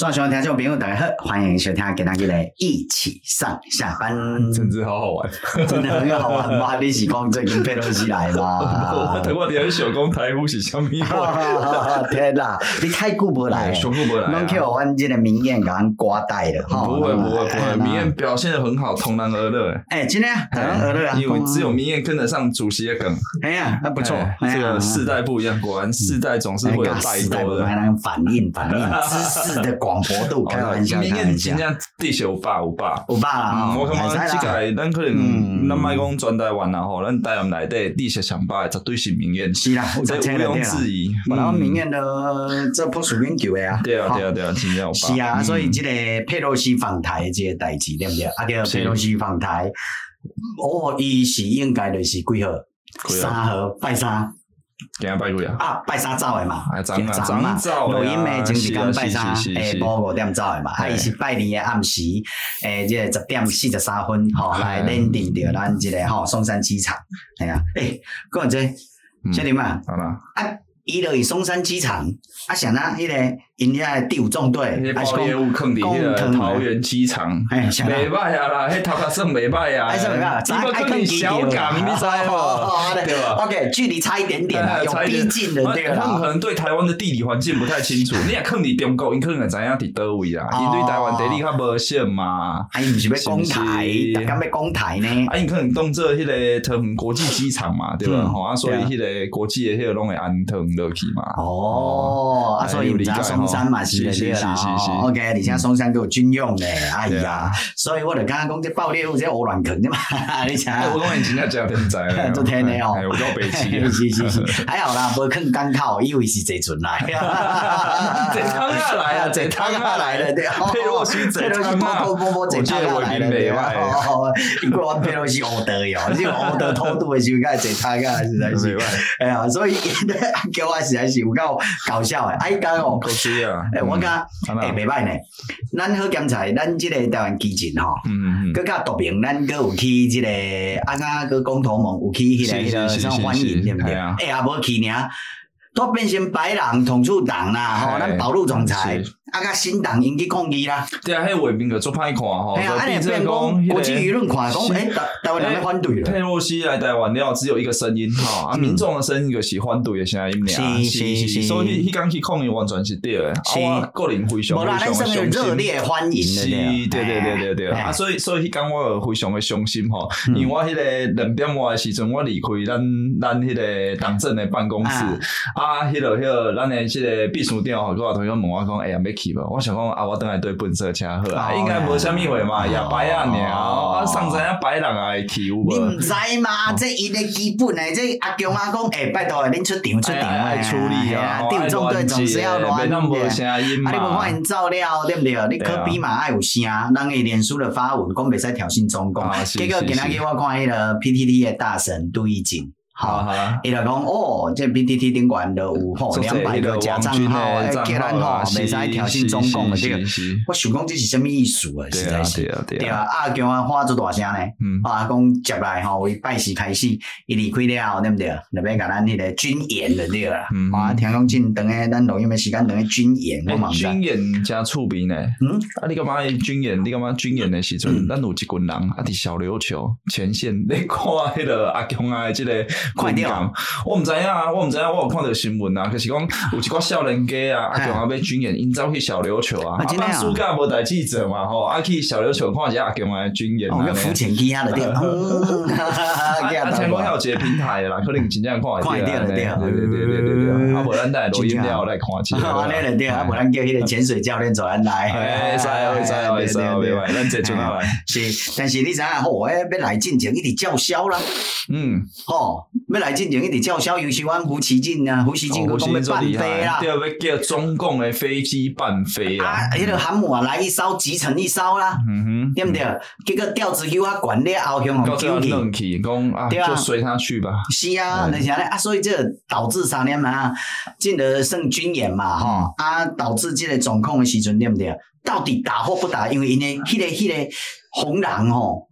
线上听众朋友大家好，欢迎收听今天的一起上下班， 真是好好玩， 真的很好玩吗？你是讲最近佩洛西来吗？ 我伫想讲台呼是啥物话？天哪，你太久无来， 上久无来， 拢叫阮这个明艳甲咱刮带了。 不会，明艳表现得很好，同男而乐。 真的啊，同男而乐啊， 因为只有明艳跟得上主席的梗。 哎呀，那不错， 这个世代不一样，果然世代总是会有代沟的。 还能反应知识的广博度，开玩笑， 明艳真正地势有把啦。我感觉即个咱可能咱莫讲全台湾啦吼，咱台湾内底地势上把绝对是明艳， 是啦， 这毋庸置疑。 然后明艳的这朴树研究的啊， 对啊，真正有把。 是啊，所以这个佩洛西访台这个代志对不对？啊，叫佩洛西访台，伊是应该就是几号？3号拜三。 今日拜几啊？ 拜三走的嘛， 昨嘛， 录音的前一天拜三下晡5点走的嘛，伊是拜二的暗时，这个10点43分，来landing到咱这个松山机场，系啊，讲这小林啊，伊就是松山机场，想那迄个因遐第五纵队， 还是讲业务坑伫迄个桃园机场，袂歹啊啦，迄头壳算袂歹啊，只不过坑小港，你知无？对吧 ？OK， 距离差一点点啊，有逼近的对啦。 他们可能对台湾的地理环境不太清楚，你也坑伫中国，因可能知影伫倒位啊，因对台湾地理较无熟嘛。 伊毋是要讲台，大家要讲台呢？ 因可能当做迄个桃园国际机场嘛，对吧？所以迄个国际的迄个拢会安腾落去嘛。 所以毋知松山嘛是对啦。OK， 而且松山都有军用的，哎呀，所以我就刚刚讲这爆裂物这乌乱坑的嘛，你想？ 我讲你真正真天才， 做天的哦， 我到北齐， 是，还好啦，无坑港口，以为是坐船来， 坐汤下来啊，坐汤下来了，对，佩洛西坐汤啊， 坐汤下来了，对吧？因为我佩洛西乌德哟，这个乌德偷渡的时候，该坐汤啊，实在是，哎呀，所以叫我实在是有够搞笑的，哎，讲哦，我讲，袂歹呢，咱好检查，咱这个台湾基进吼，佮较特别，咱佮有去这个佮公投盟有去迄个什么欢迎，对不对？也无去尔，都变成白人统促党啦，咱保路总裁。甲新党引起抗议啦！ 对啊，迄画面个足歹看吼。 变成讲国际舆论看讲，台湾人要反对了。 佩洛西来台湾了，只有一个声音吼，民众的声音就是反对的声音尔。是，所以迄天去抗议完全是对的。我个人非常咱算是热烈欢迎的。 是，对。所以迄天我非常的伤心吼，因为我迄个2点外的时阵，我离开咱迄个党政的办公室，迄个咱的迄个秘书长吼，我同学问我讲，要我想讲我等下对本色车好啊，应该无啥物货嘛，也白啊尔，上知影白人也会去有无？ 你毋知嘛？这伊的基本诶，这阿强啊讲，拜托恁出场来处理啊， 第五纵队总是要乱的， 无声音嘛， 你无看因走了，对不对？你可比嘛爱有声，人诶脸书的发文讲袂使挑衅中共，结果今仔日我看迄个 PTT 的大神杜奕瑾。伊就讲这 PTT 顶悬就有200个假账号，叫咱袂使挑衅中共的这个。我想讲这是什么意思啊？实在是对啊，叫我花做大声呢，讲接来为拜四开始，伊离开了，对不对？就要甲咱迄个军演就对啦。听讲近等下咱录音的时间等下军演，我嘛毋知。 军演加触鼻呢？你干嘛军演？你干嘛军演的时阵，咱有一群人伫小琉球前线咧看迄个阿强啊，这个。 快点！ 我毋知影，我有看到新闻啊，可是讲有一寡少年家啊，阿强要军演，因走去小琉球啊，办暑假无代志做嘛吼，去小琉球看一下阿强的军演。 我浮潜去遐就对。 听讲还有一个平台啦，可能真正看会到。对。 无咱等下录音了来看一下。 安尼就对，无咱叫迄个潜水教练做咱来。 会使，咱坐船来。 是，但是你知影吼，要来进前一直叫嚣啦。要来进前一直叫嚣，尤其阮胡锡进啊，胡锡进佮讲要半飞啦， 对，要叫中共的飞机半飞啦。 迄个航母来一艘，集成一艘啦，对不对？结果调子叫他管了后，向互丢去，讲就随他去吧。 是啊，那啥咧所以这导致啥呢嘛？进得胜军演嘛，导致这个总控的时阵，对不对？到底打或不打？因为因为迄个红狼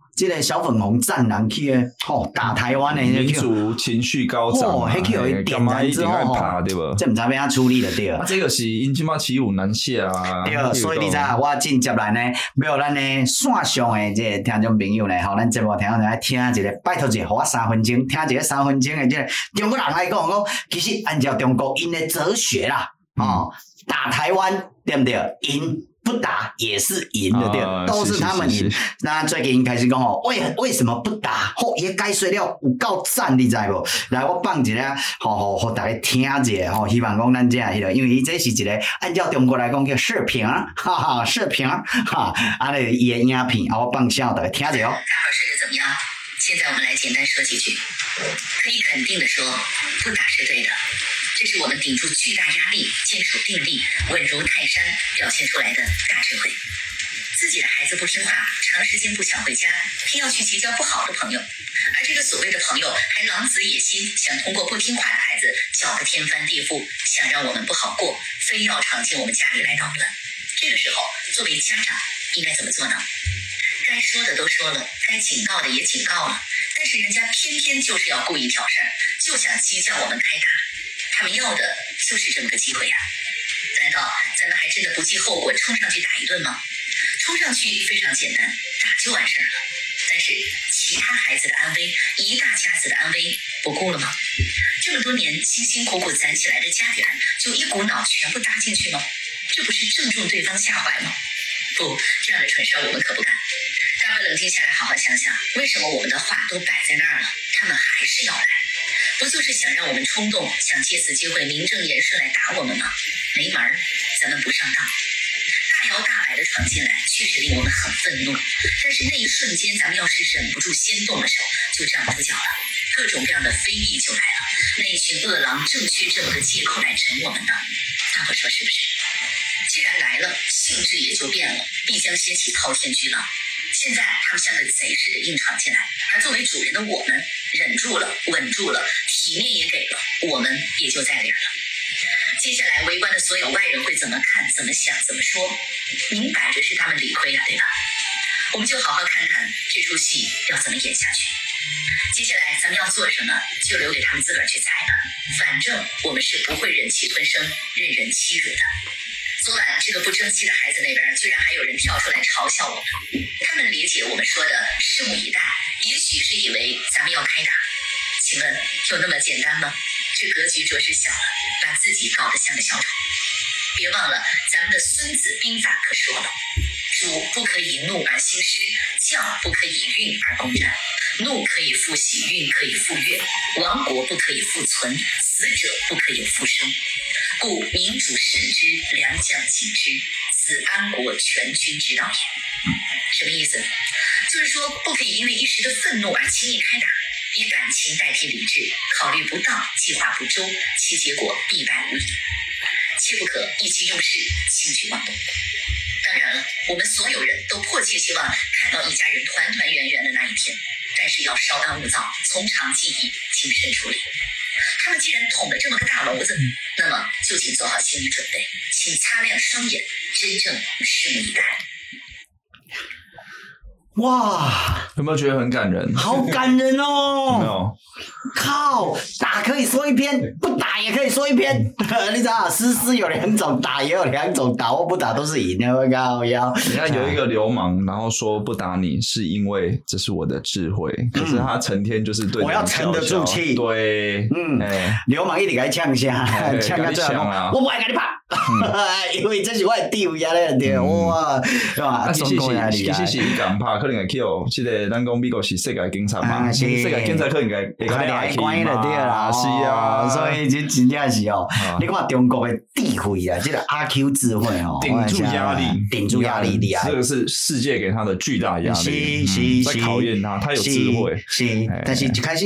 这个小粉红战狼去打台湾的民族情绪高涨， 迄去有点燃之后， 对不？ 这唔知要安处理的对。 这个是因即马骑虎难下啊。 对，所以你知我紧接来呢，要咱呢线上的这个听众朋友呢，吼，咱节目听众来听一个，拜托一下，互我3分钟，听一个3分钟的这个中国人来讲，其实按照中国因的哲学啦，打台湾对不对？赢。不打也是赢的，对，都是他们赢。那最近开始讲为什么不打？也该说了有够赞，你知无？来，我放一个，互大家听一下，希望讲咱这样，因为这是一个按照中国来讲叫视频，视频，安尼伊的影片，我放下，大家听一下。 大伙睡得怎么样？现在我们来简单说几句，可以肯定的说，不打是对的。这是我们顶住巨大压力、坚守定力、稳如泰山表现出来的大智慧。自己的孩子不听话，长时间不想回家，偏要去结交不好的朋友，而这个所谓的朋友还狼子野心，想通过不听话的孩子搅得天翻地覆，想让我们不好过，非要闯进我们家里来捣乱。这个时候，作为家长应该怎么做呢？该说的都说了，该警告的也警告了，但是人家偏偏就是要故意挑事儿，就想激将我们开打。他们要的就是这么个机会呀！难道咱们还真的不计后果冲上去打一顿吗？冲上去非常简单，打就完事儿了。但是其他孩子的安危，一大家子的安危不顾了吗？这么多年辛辛苦苦攒起来的家园，就一股脑全部搭进去吗？这不是正中对方下怀吗？不，这样的蠢事我们可不干。大伙冷静下来，好好想想，为什么我们的话都摆在那儿了，他们还是要来？不就是想让我们冲动，想借此机会名正言顺来打我们吗？没门儿，咱们不上当。大摇大摆的闯进来，确实令我们很愤怒。但是那一瞬间，咱们要是忍不住先动了手，就站不住脚了，各种各样的非议就来了。那一群恶狼正缺这么个借口来整我们呢，大伙说是不是？既然来了，性质也就变了，必将掀起滔天巨浪。现在他们像个贼似的硬闯进来，而作为主人的我们忍住了，稳住了，体面也给了，我们也就在理了。接下来围观的所有外人会怎么看、怎么想、怎么说，明摆着是他们理亏啊，对吧？我们就好好看看这出戏要怎么演下去。接下来咱们要做什么，就留给他们自个儿去猜吧。反正我们是不会忍气吞声、任人欺辱的。昨晚这个不争气的孩子那边，居然还有人跳出来嘲笑我们。他们理解我们说的拭目以待，也许是以为咱们要开打。请问有那么简单吗？这格局着实小了，把自己搞得像个小丑。别忘了咱们的孙子兵法可说了，主不可以怒而兴师，将不可以运而攻战。怒可以复喜，运可以复悦，亡国不可以复存，死者不可以复生。故民主慎之，良将警之，此安国全军之道也。什么意思？就是说不可以因为一时的愤怒而轻易开打，以感情代替理智，考虑不当，计划不周，其结果必败无疑。切不可意气用事，轻举妄动。当然了，我们所有人都迫切希望看到一家人团团圆圆的那一天，但是要稍安勿躁，从长计议，谨慎处理。他们既然捅了这么个大娄子，那么就请做好心理准备，请擦亮双眼，真正拭目以待。 哇， 有没有觉得很感人？ 好感人哦！ 有没有？ 靠，打可以说一篇，不打也可以说一篇。你知道，诗有两种，打也有两种，打或不打都是赢的。我靠， 你看有一个流氓，然后说不打你是因为这是我的智慧，可是他成天就是对我要沉得住气。 对， 流氓一直给他呛下，呛到最后，我不爱跟你打。因为这是我的地位啊，对，哇，是吧？ 其实是伊敢拍，可能会去哦。这个咱讲美国是世界警察嘛，世界警察可能会来关的对啦， 是啊， 所以这真正是哦。你看中国的智慧啊，这个阿 Q 智慧哦， 顶住压力， 顶住压力厉害。 这个是世界给他的巨大压力， 是在考验他，他有智慧。 是，但是一开始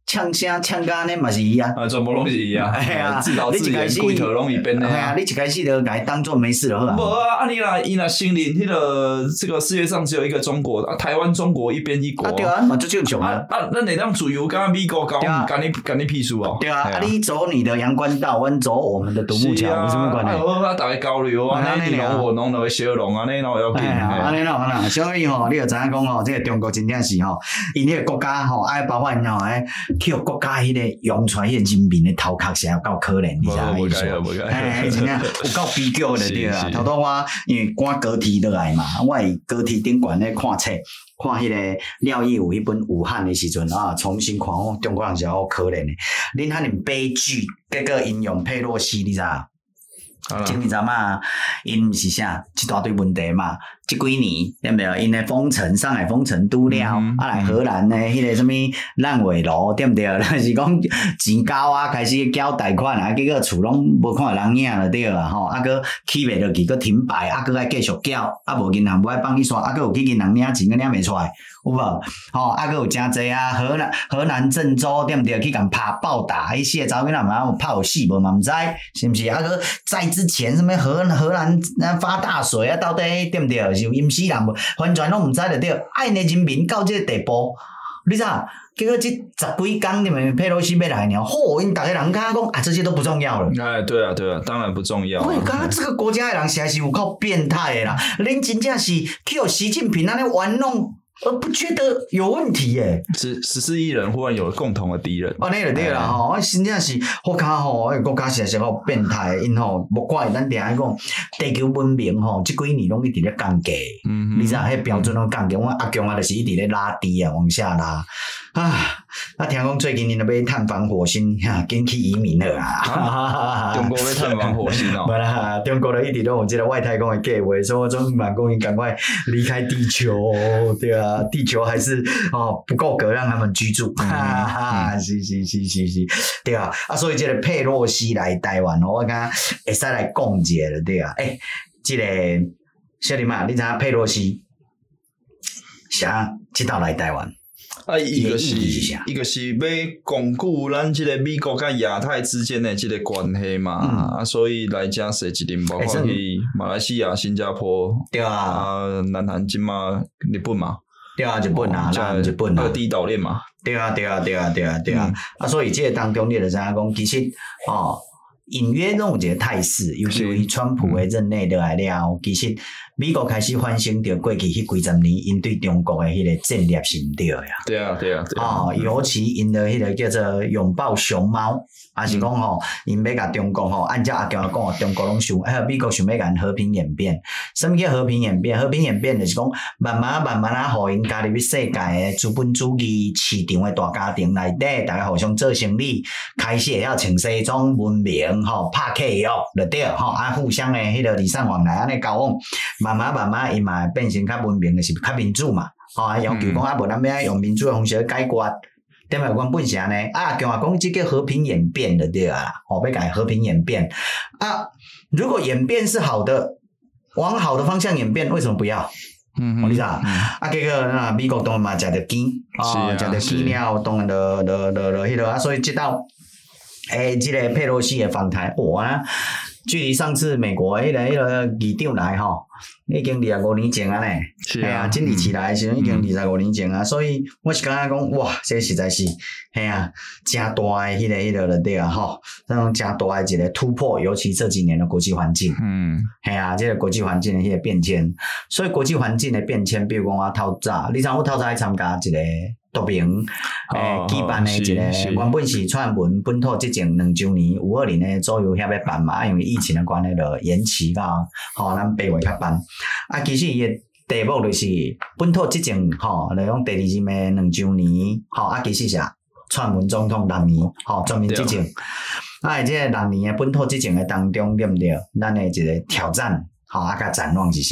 呛声呛甲呢嘛是伊啊， 全部拢是伊啊，自导自演，规套拢伊编的啊。 你一开始就甲伊当做没事就好啊。 无啊，你若伊若承认迄个这个世界上只有一个中国，台湾中国一边一国。 对啊，嘛就种啊。 咱会当自由甲美国搞，干你屁事哦。 对啊，你走你的阳关道，阮走我们的独木桥，有什么关系？ 啊，大家交流啊，你侬我侬就会小龙啊，你哪要紧？ 安尼啦，所以吼，你就知影讲吼，这个中国真正是吼，因迄个国家吼，爱包括吼，去互国家迄个用出来迄个人民的头壳是有够可怜，你知影意思？真正有够悲剧的对啦。头拄我因为赶高铁落来嘛，我伫高铁顶悬咧看册，看迄个廖义武迄本武汉的时阵啊，重新看哦，中国人是好可怜的，恁遐尼悲剧，结果因用佩洛西，你知影？前面阵啊，因毋是啥一大堆问题嘛，即几年对不对？因的封城，上海封城拄了，来荷兰呢，迄个什么烂尾楼对不对？是讲钱交啊，开始缴贷款啊，结果厝拢无看人影了对啊，吼，啊，起袂落去，佫停摆，啊，佫爱继续缴，啊，无银行无爱帮你刷，啊，佫有去银行领钱，佫领袂出来，有无？吼，啊，佫有真济啊，河南郑州对不对？去共拍暴打，迄四个查某囡仔嘛，有拍有死无嘛？毋知是毋是？啊，佫在之前什么荷兰发大水啊，到底对不对？是淹死人无？完全拢毋知就对。爱的人民到这个地步，你知道？结果这10几天你们佩洛西要来呢，嚯！因大家人讲啊，这些都不重要了。 哎，对啊，当然不重要。 喂，刚刚这个国家的人实在是有够变态的啦！恁真正是去互习近平安尼玩弄。而不觉得有问题耶 ？14亿人忽然有了共同的敌人。 那就对啦吼，真正是我看吼，国家实在是好变态，因吼无怪咱定爱讲地球文明吼，这几年拢一直咧降低。你知影迄标准拢降低，我阿强啊，就是一直咧拉低啊，往下拉。啊，听讲最近因要探访火星，紧去移民了啊！ 中国要探访火星哦。 无啦，中国咧一直都有这个外太空的计划，所以我总蛮讲因赶快离开地球，对啊，地球还是不够格让他们居住。是，对啊，所以这个佩洛西来台湾，我感觉会使来讲一下了，对啊，这个小林啊，你知影佩洛西啥这道来台湾？ 一个是要巩固咱这个美国跟亚太之间的这个关系嘛，所以来遮踅一阵，包括去马来西亚、新加坡， 对啊， 南韩、今嘛日本嘛， 对啊，日本啊，日本啊， 二地岛链嘛， 对啊，所以这个当中你就知影讲，其实隐约拢有一个态势，尤其是川普的任内落来了，其实美国开始反省着过去迄几十年因对中国的迄个战略是毋对呀。 对啊。 尤其因的迄个叫做拥抱熊猫，还是讲因要甲中国按照阿强讲，中国拢想，美国想要甲和平演变。什么叫和平演变？和平演变就是讲慢慢啊，互因加入去世界的资本主义市场的大家庭内底，大家互相做生意，开始会晓穿西装文明。拍契约就对，互相的迄个礼尚往来安尼交往，慢慢伊嘛变成较文明的是较民主嘛，要求讲无咱要用民主的方式去解决，对嘛？原本是安尼，强讲这个和平演变就对啦，要改和平演变如果演变是好的，往好的方向演变，为什么不要？你知道结果美国当然嘛食着钱，食着钱了，当然就迄个所以这道。这个佩洛西的访台，距离上次美国迄个议长来已经25年前啊呢， 是啊， 真理起来的时阵已经25年前啊，所以我是感觉讲哇，这实在是真大的迄个就对啊那种真大的一个突破，尤其这几年的国际环境，这个国际环境的迄个变迁，所以国际环境的变迁，比如讲透早，你知我透早去参加一个。杜平举办的一个原本是蔡文本土执政2周年520的左右遐要办嘛，因为疫情的关系就延期到咱8月较办。其实伊的题目就是本土执政来讲第2任的2周年，其实是蔡文总统6年全面执政。这个6年的本土执政的当中，对不对？咱的一个挑战。甲展望一下，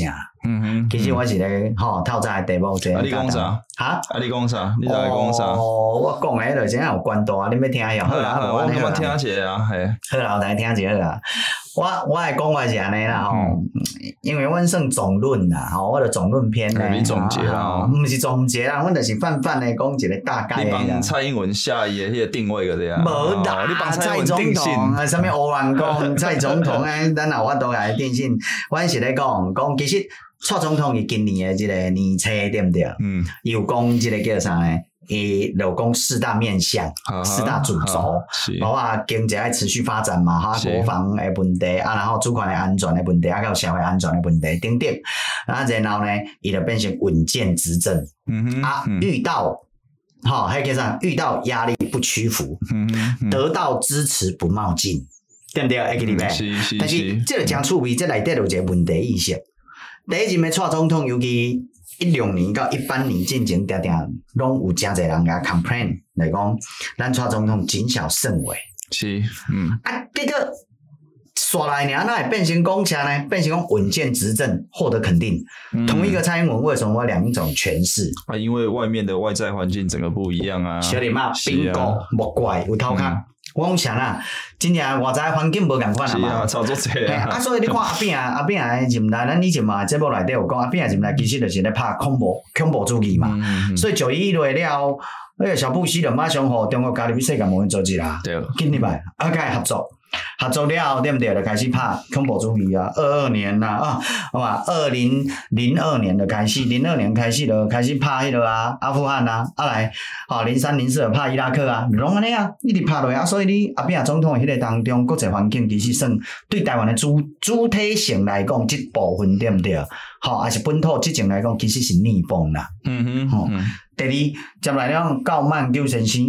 其实我是咧透早的题目这。 你讲啥？ 哈？ 你讲啥？你在讲啥？ 我讲诶，就真有关度啊！你要听下？好啦， 我感觉听者啊，系。 好啦，我来听者啦。我来讲我是安尼啦因为阮算总论啦我的总论篇咧， 你总结啦， 毋是总结啦，阮就是泛泛咧讲一个大概。 你帮蔡英文下一个迄个定位个对啊？ 无啦， 你帮蔡总统啊，啥物胡乱讲蔡总统诶，咱也我都来定性。阮是咧讲其实蔡总统伊今年诶即个年册对毋对？有讲即个叫啥呢？伊就讲四大面向、四大主轴，包括经济爱持续发展嘛，国防诶问题然后主权诶安全诶问题，还有社会安全诶问题等等。然后呢，伊就变成稳健执政。遇到迄叫啥？遇到压力不屈服，得到支持不冒进，对不对？会记哩咩？但是这个真趣味，这内底有一个问题意识。第一任诶蔡总统，尤其16年到18年进前，常常拢有真侪人甲 complain 来讲，咱蔡总统谨小慎微。 是， 结果刷来呢，那也变成讲啥呢？变成讲稳健执政，获得肯定。同一个蔡英文为什么有两种诠释？ 因为外面的外在环境整个不一样啊。 小林嘛，bingo 莫怪有头壳。我讲啥啦？真正外在环境无共款啊嘛。 是啊，操作者啊。 所以你看阿扁诶入来，咱以前嘛节目内底有讲，阿扁入来其实就是咧拍恐怖主义嘛。所以911落了，那个小布希就马上互中国加入世界贸易组织啦。 对。 紧入来，甲伊合作了，对不对？就开始拍恐怖主义啊！22年啦好嘛，2002年就开始，02年开始就开始拍迄个阿富汗来03、04就拍伊拉克拢安尼一直拍落来所以你阿扁总统迄个当中国际环境其实算对台湾的主体性来讲，这部分对不对？还是本土这种来讲，其实是逆风啦。第二，接来了告曼救先生，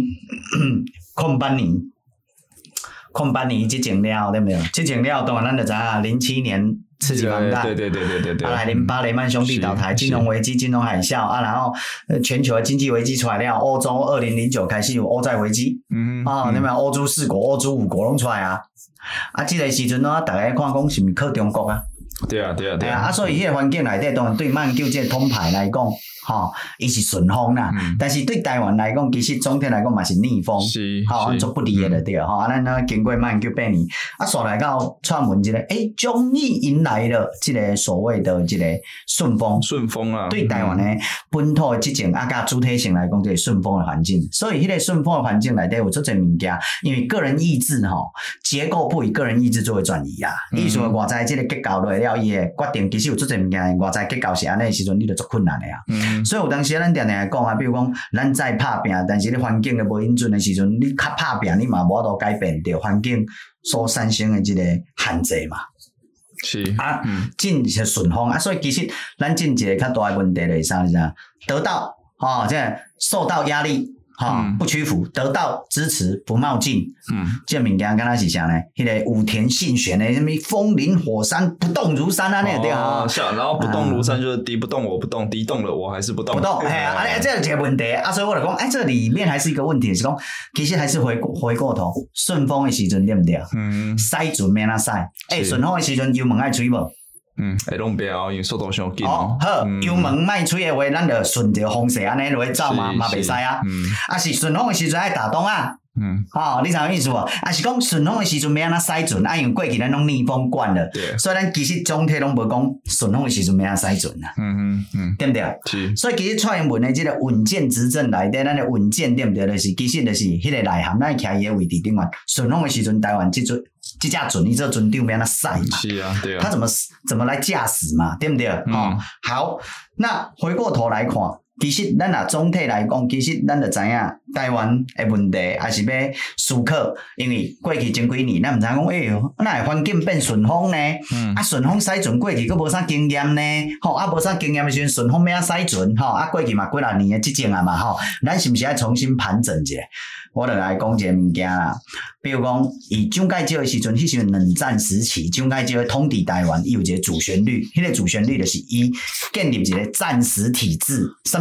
控8年之前了，对不对？之前了，当然咱就知07年刺激房贷， 对。 来08雷曼兄弟倒台，金融危机、金融海啸然后全球的经济危机出来了，欧洲2009开始有欧债危机，对不对？欧洲4国、欧洲5国拢出来这个时阵大家看讲是毋是靠中国啊？ 对啊， 所以迄个环境内底，当然对曼救这个通牌来讲，伊是顺风啦。但是对台湾来讲，其实总体来讲嘛是逆风，做不利的就对咱经过曼救8年，煞来到传闻终于迎来了这个所谓的这个顺风啊。对台湾的本土的这种甲主体性来讲，这个顺风的环境。所以迄个顺风的环境内底有做侪物件，因为个人意志结构不以个人意志作为转移意思外在这个结构落来了，伊会决定其实有做侪物件外在结构是安尼的时阵，你就做困难的所以有当时咱常常来讲比如讲咱再拍拼，但是你环境的无允准的时阵，你较拍拼，你嘛无法度改变着环境所产生的这个限制嘛。 是进是顺风所以其实咱进一个较大的问题就是啥？得到这受到压力。不屈服，得到支持不冒进。这物件敢若是啥呢？迄个武田信玄的什么风林火山不动如山那对然后不动如山就是敌不动我不动，敌动了我还是不动。 这有一个问题所以我就讲这里面还是一个问题是讲，其实还是回过头，顺风的时阵对不对？驶船免哪驶？顺风的时阵油门爱吹无？ 会拢标，因为速度伤紧好，油门卖吹的话，咱就顺着风势安尼落去走嘛袂使是顺风的时阵爱打东你知影意思无？是讲顺风的时阵要安怎驶船因为过去咱拢逆风惯了，所以咱其实总体拢无讲顺风的时阵要安怎驶船对不对？所以其实蔡英文的这个稳健执政内底，咱的稳健对不对？就是其实就是迄个内涵，咱徛伊的位置顶端，顺风的时阵，台湾这架船，伊这船长要安怎驶嘛？ 是啊，对啊。 他怎么来驾驶嘛？对不对？好，那回过头来看。其实咱总体来讲，其实咱就知影台湾的问题，还是要思考，因为过去前几年，咱毋知讲，哪会环境变顺风呢？顺风驶船过去，佫无啥经验呢？无啥经验的时阵，顺风要驶船，过去嘛几啊年的即种嘛，咱是毋是爱重新盘整一下？我就来讲一个物件啦，比如讲，以蒋介石的时阵，迄时阵冷战时期，蒋介石统治台湾，伊有一个主旋律，迄个主旋律就是伊建立一个战时体制。什么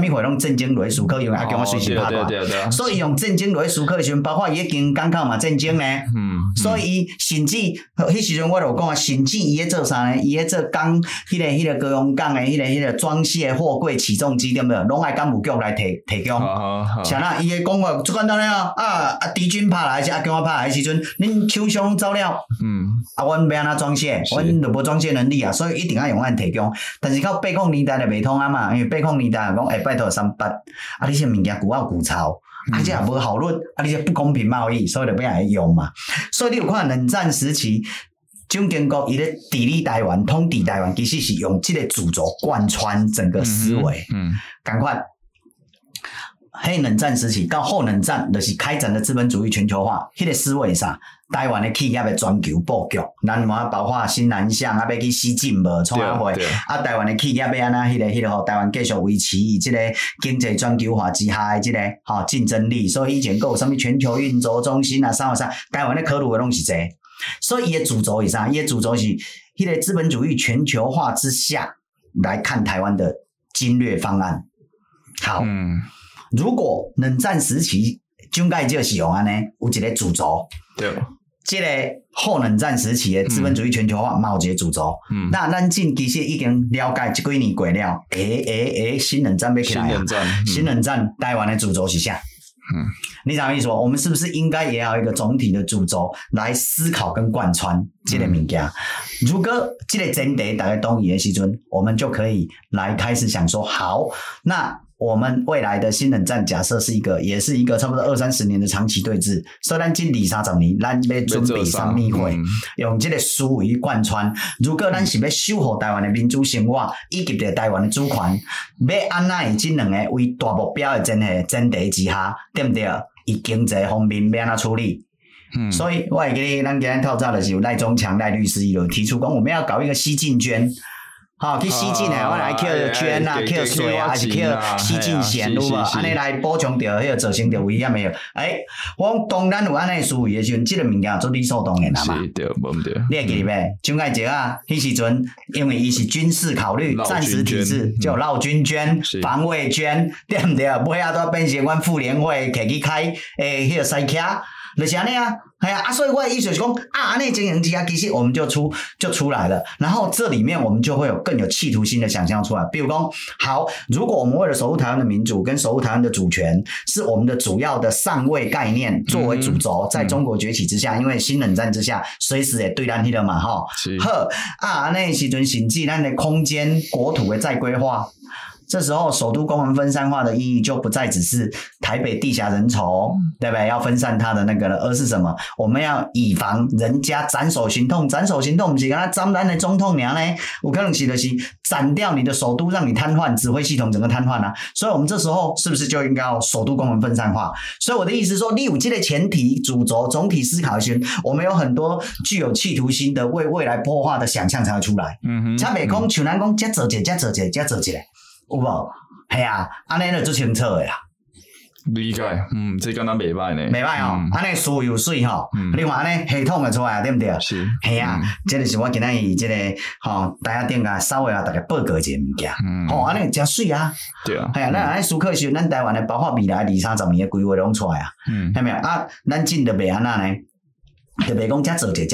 么会拢战争落去思考，因为阿强我随时拍断，所以用战争落去思考的时阵，包括伊经港口嘛战争呢，所以伊甚至迄时阵我就讲啊，甚至伊咧做啥呢？伊咧做港迄个高雄港的迄个装卸货柜起重机对不对？拢爱港务局来提供。像那伊咧讲话最简单了啊！敌军拍来是阿强我拍来的时阵，恁手上走了，阮要安怎装卸？阮就无装卸能力啊，所以一定要用咱提供。但是到80年代就袂通啊嘛，因为80年代讲拜托38，你这物件旧臭。这也无效率，你这不公平贸易，所以就要来用嘛。所以你有看冷战时期，蒋经国伊咧治理台湾、统治台湾，其实是用这个主轴贯穿整个思维。赶快。黑冷战时期到后冷战，就是开展的资本主义全球化，迄个思维啥？台湾的企业的全球布局，咱嘛包括新南向啊，要去西进无创啊会，啊台湾的企业要安那迄个，互台湾继续维持伊即个经济全球化之下的即个竞争力。所以以前还有啥物全球运轴中心啊，啥，台湾的考虑的拢是这。所以伊的主轴是啥？伊的主轴是迄个资本主义全球化之下来看台湾的经略方案。好。如果冷战时期蒋介石是用安尼有一个主轴，对，这个后冷战时期的资本主义全球化嘛有一个主轴，那咱其实已经了解这几年过了，新冷战要起来啊，新冷战台湾的主轴是啥？你知道意思说，我们是不是应该也要一个总体的主轴来思考跟贯穿这个物件？如果这个前提大家同意的时阵，我们就可以来开始想说，好，那我们未来的新冷战假设是也是一个差不多20-30年的长期对峙，所以咱今20-30年，咱要准备啥物会，用这个思维贯穿。如果咱是要守护台湾的民主生活，以及台湾的主权，要安怎以这两个为大目标的前提之下，对不对？以经济方面要安怎处理？所以我会记得咱今天透早的时候，赖中强赖律师伊就提出讲，我们要搞一个西进捐。去西进诶，我来扣捐啊，扣税啊，还是扣西进线，有无？安尼来补充着迄个造成着危险诶。我讲当然有安尼思维诶时阵，即个物件做理所当然啦嘛。是对，无毋对。你会记得袂？蒋介石啊，迄时阵因为伊是军事考虑，战时体制就有绕军捐、防卫捐，对毋对？尾仔都变成阮妇联会摕去开迄个西卡，就是安尼啊。所以我的意思是讲安内经营之下，其实我们就出来了。然后这里面我们就会有更有企图心的想象出来。比如说，好，如果我们为了守护台湾的民主跟守护台湾的主权，是我们的主要的上位概念作为主轴，在中国崛起之下，因为新冷战之下，随时也对咱迄个嘛吼。好安内时阵甚至咱的空间国土的再规划。这时候，首都功能分散化的意义就不再只是台北地狭人稠，对不对？要分散它的那个了，而是什么？我们要以防人家斩首行动。斩首行动不是跟他斩咱的总统尔呢？有可能是就是斩掉你的首都，让你瘫痪，指挥系统整个瘫痪啊。所以我们这时候是不是就应该要首都功能分散化？所以我的意思是说，你有这个前提主轴总体思考型，我们有很多具有企图心的为未来破坏的想象才会出来。才袂讲像咱讲，做一个。有无？系啊，安尼就最清楚诶啦。 理解，这敢若袂歹呢。 袂歹吼，安尼思维有水吼。另外安尼系统就出来，对不对？是。系啊，这就是我今仔日这个大家顶下稍微大家报告一个物件。安尼真水啊。对啊。系啊，咱安尼思考时，咱台湾的包括未来20-30年的规划拢出来啊。系咪啊？咱真就袂安那呢？就袂讲遮做者。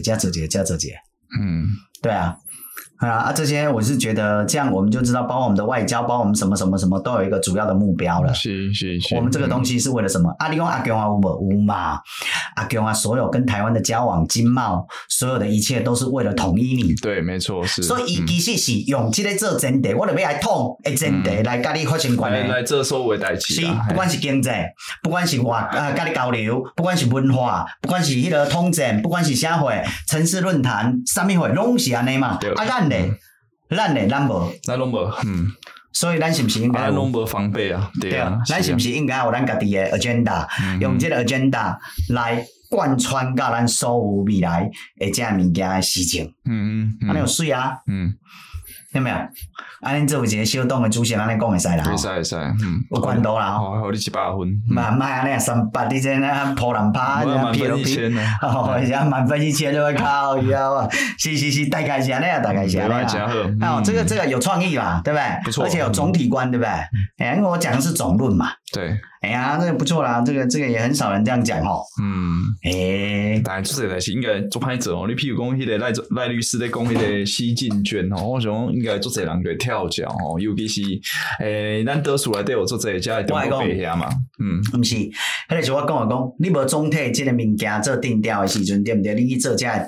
对啊。这些我是觉得这样我们就知道，包括我们的外交，包括我们什么都有一个主要的目标了。是。我们这个东西是为了什么？你讲阿强啊有无？有嘛？阿强啊，所有跟台湾的交往、经贸，所有的一切都是为了统一你。 对，没错，是。 所以伊其实是用这个做前提，我就要来统的前提来跟你发生关系， 来做所有的代志。 是，不管是经济，不管是跟你交流，不管是文化，不管是迄个统战，不管是社会、城市论坛，啥物会拢是安尼嘛？咱拢无，所以咱是不是应该？ 咱拢无防备啊，对啊， 咱是不是应该有咱家己的 agenda，用这个 agenda 来贯穿到咱所有未来的这物件的事情？安尼有水啊， 听没有？安尼做一个小党的主席，安尼讲会使啦。 会使， 有关度啦。 好，你700分。 嘛安尼300，你这那破人趴， 满分1000啊。 满分1000就会靠腰啊。是，大概是安尼啊，大概是安尼啊。这个有创意嘛，对不对？ 不错。 而且有总体观，对不对？因为我讲的是总论嘛。 对。 哎呀，这个不错啦，这个也很少人这样讲哦。 但这个是应该做歹做哦。你譬如讲，迄个赖律师在讲迄个西进捐哦，我想应该做侪人会跳脚哦，尤其是咱多数内底有做侪遮中国白遐嘛。 毋是，迄个是我讲，你无总体即个物件做定调的时阵，对不对？你去做这，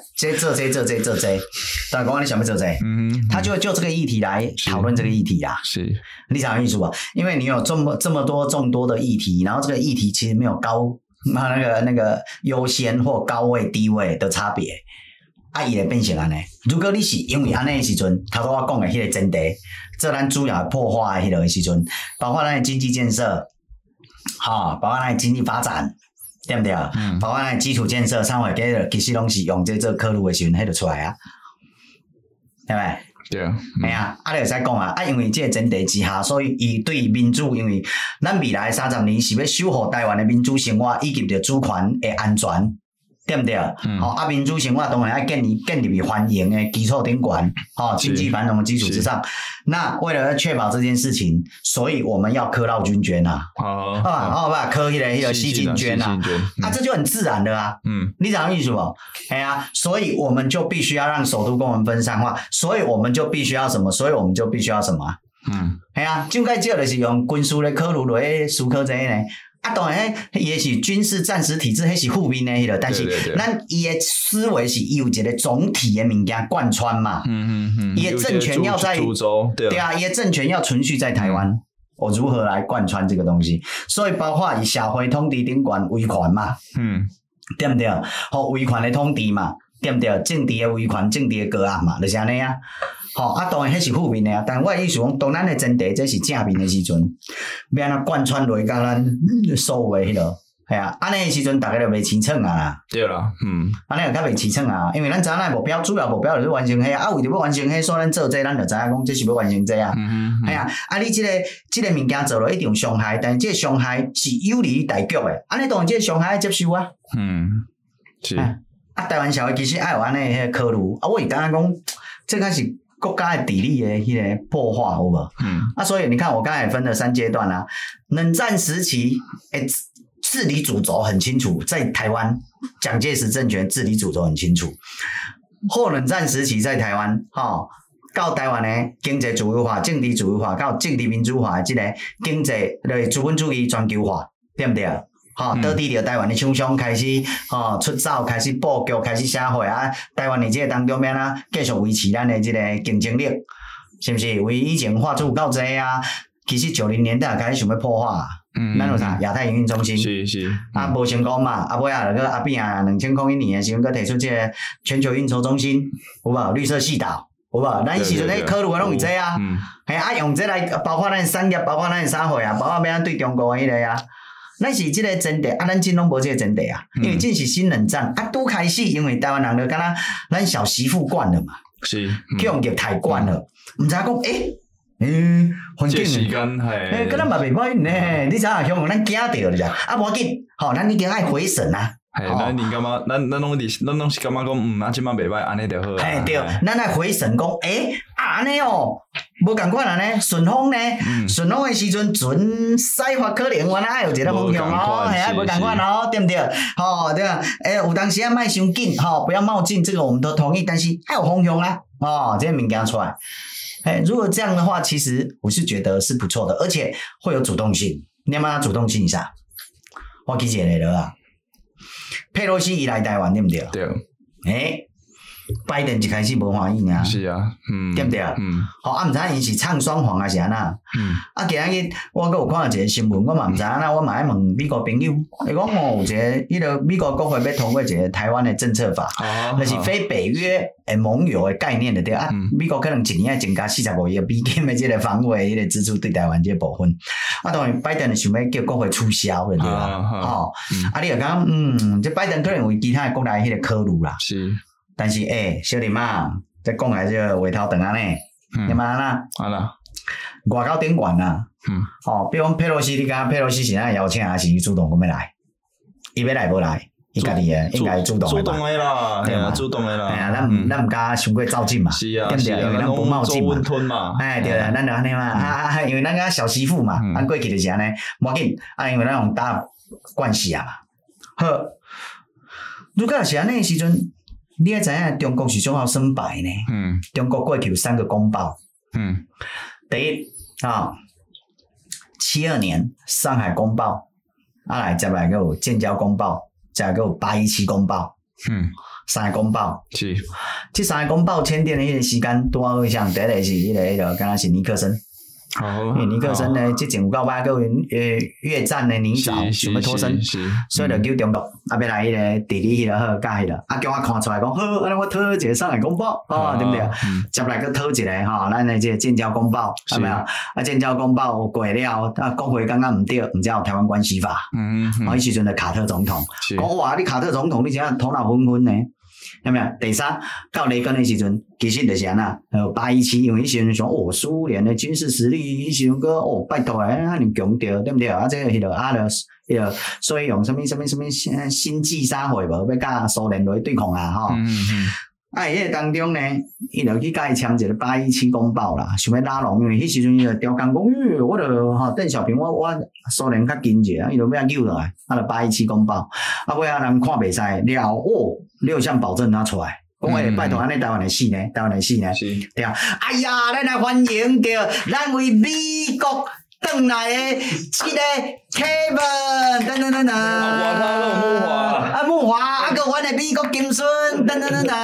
但讲你想要做这，他就会就这个议题来讨论这个议题啦。 是， 你想要意思吧？因为你有这么多众多的议题，然后这个议题其实没有那个优先或高位低位的差别，伊会变成安尼。如果你是因为安尼的时阵，头拄我讲的迄个前提，做咱主要破坏的迄个时阵，包括咱的经济建设，包括咱的经济发展，对不对？包括咱的基础建设，三回其实拢是用这做考虑的时阵，迄就出来啊，对不对？ 对啊， 哎呀，你会使讲啊，因为这个前提之下，所以伊对民主，因为咱未来30年是要守护台湾的民主生活以及着主权的安全，对不对？民主生活当然要建立于繁荣的基础顶悬，经济繁荣的基础之上。那为了确保这件事情，所以我们要科绕军捐啊，科迄个西进捐啊，这就很自然的啊。你讲意思不？哎呀，所以我们就必须要让首都公文分散化，所以我们就必须要什么？所以我们就必须要什么？哎呀，蒋介石就是用军事的考虑落去思考这个呢。当然，伊也是军事战时体制，迄是负面的迄个，但是咱伊的思维是有一个总体的物件贯穿嘛。伊的政权要在对啊，伊的政权要存续在台湾，我如何来贯穿这个东西？所以包括以社会统治顶悬威权嘛，对不对？威权的统治嘛，对不对？政治的威权，政治的高压嘛，就是安尼啊。当然迄是负面的啊，但我的意思讲，当咱的前提这是正面的时阵，要安怎贯穿落到咱所有的迄落，系啊，安尼的时阵，大家就袂清楚啊啦。 对啦， 安尼就较袂清楚啊，因为咱知影咱目标，主要目标就是完成迄啊，为着要完成迄，所以咱做这，咱就知影讲这是要完成这啊。系啊，你这个物件做了一定伤害，但是这个伤害是有利于大局的，安尼当然这个伤害要接受啊。 是。 台湾社会其实爱有安尼迄个考虑，我是感觉讲，这个是国家的地理的迄个破坏，有无？所以你看，我刚才分了3阶段啊。冷战时期，治理主轴很清楚，在台湾蒋介石政权治理主轴很清楚。后冷战时期在台湾，到台湾的经济自由化、政治自由化，到政治民主化的这个经济资本主义全球化，对不对？倒滴着台湾的厂商开始出走，开始布局，开始社会啊。台湾的这个当中要怎继续维持咱的这个竞争力，是不是？为以前发出够济啊，其实90年代开始想要破坏，咱有啥亚太营运中心， 是无成功嘛。尾仔就阿扁啊，2001年的时候，佮提出这个全球运筹中心，有无？绿色系岛，有无？咱时阵咧考虑的拢是这啊，用这来包括咱产业，包括咱社会啊，包括咱对中国的迄个啊。咱是这个前提咱真拢无这个前提啊，因为这是新冷战拄开始，因为台湾人就敢若咱小媳妇惯了嘛， 是用业太惯了，毋知影讲环境时间敢若嘛袂歹呢，你知影向咱惊着了咋？无要紧，咱已经爱回神啊。 咱你感觉咱拢是感觉讲即摆袂歹，安尼就好啊。 对，咱爱回神讲，安尼哦，无共款啊呢。顺风呢，顺风的时阵，船驶法可能原来爱有一个方向哦，系啊，无共款哦，对不对？对啊，有当时莫伤紧，不要冒进，这个我们都同意，但是还有方向啊，这个物件出来。如果这样的话，其实我是觉得是不错的，而且会有主动性。你要不要主动性一下？我记一个了啊。佩洛西伊来台湾对不对？ 对。 拜登一开始无欢喜啊， 是啊， 对不对？毋知因是唱双簧还是安那？今日我阁有看到一个新闻，我嘛毋知影，我嘛爱问美国朋友，伊讲有一个迄个美国国会要通过一个台湾的政策法，就是非北约盟友的概念的对啊。美国可能一年要增加45亿美金的这个防卫迄个支出对台湾这部分，当然拜登想要叫国会取消的对啊。你就讲这拜登可能为其他的国内迄个考虑啦。 是。 但是小林啊，再讲来这个回头长安呢， 对嘛啦？外交顶悬啊，比如讲佩洛西，你讲佩洛西是咱邀请，还是伊主动讲要来？伊要来无来？伊家己诶，应该主动诶吧？ 主动诶啦，对嘛？主动诶啦。 哎呀，咱毋敢伤过照进嘛， 是啊， 对不对？因为咱不冒进嘛。 哎， 对啦，咱就安尼嘛，因为咱个小媳妇嘛，过去就是安尼，无要紧，因为咱用打关系啊嘛。好，如果是安尼时阵，你也知影中国是怎样算牌呢？中国过去有3个公报。第一72年上海公报，接来有建交公报，再有817公报，3个公报。 是， 这3个公报签订的迄个时间，拄好像第一个是迄个，敢若是尼克森。因为尼克森呢，之前有够歹，个越战的泥沼想要脱身，所以就叫中国要来迄个地理迄个好，甲迄个叫我看出来讲好，安尼我讨一个上海公报，对不对？接来个讨一个咱的这个建交公报，有没有？建交公报过了，国会刚刚毋对，毋才有台湾关系法。迄时阵的卡特总统讲哇，你卡特总统你真头脑昏昏呢？有没有？第三，到雷根的时阵，其实就是安那，817，因为迄时阵说苏联的军事实力，迄时阵个拜托遐尼强调，对不对？这个迄个所以用什么星际啥货无，要甲苏联来对抗啊，吼。迄个当中呢，伊就去甲伊签一个817公报啦，想要拉拢，因为迄时阵伊就调讲讲，我就邓小平，我苏联较近者，伊就要扭落来，就817公报，尾人看袂使了，6项保证拿出来，讲拜托安尼台湾会死呢，对啊，哎呀，咱来欢迎着咱为美国转来的这个 Kevin， 等，木华，个阮的美国金孙，等，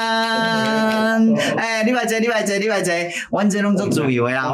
你来坐，阮这拢做自由的啦，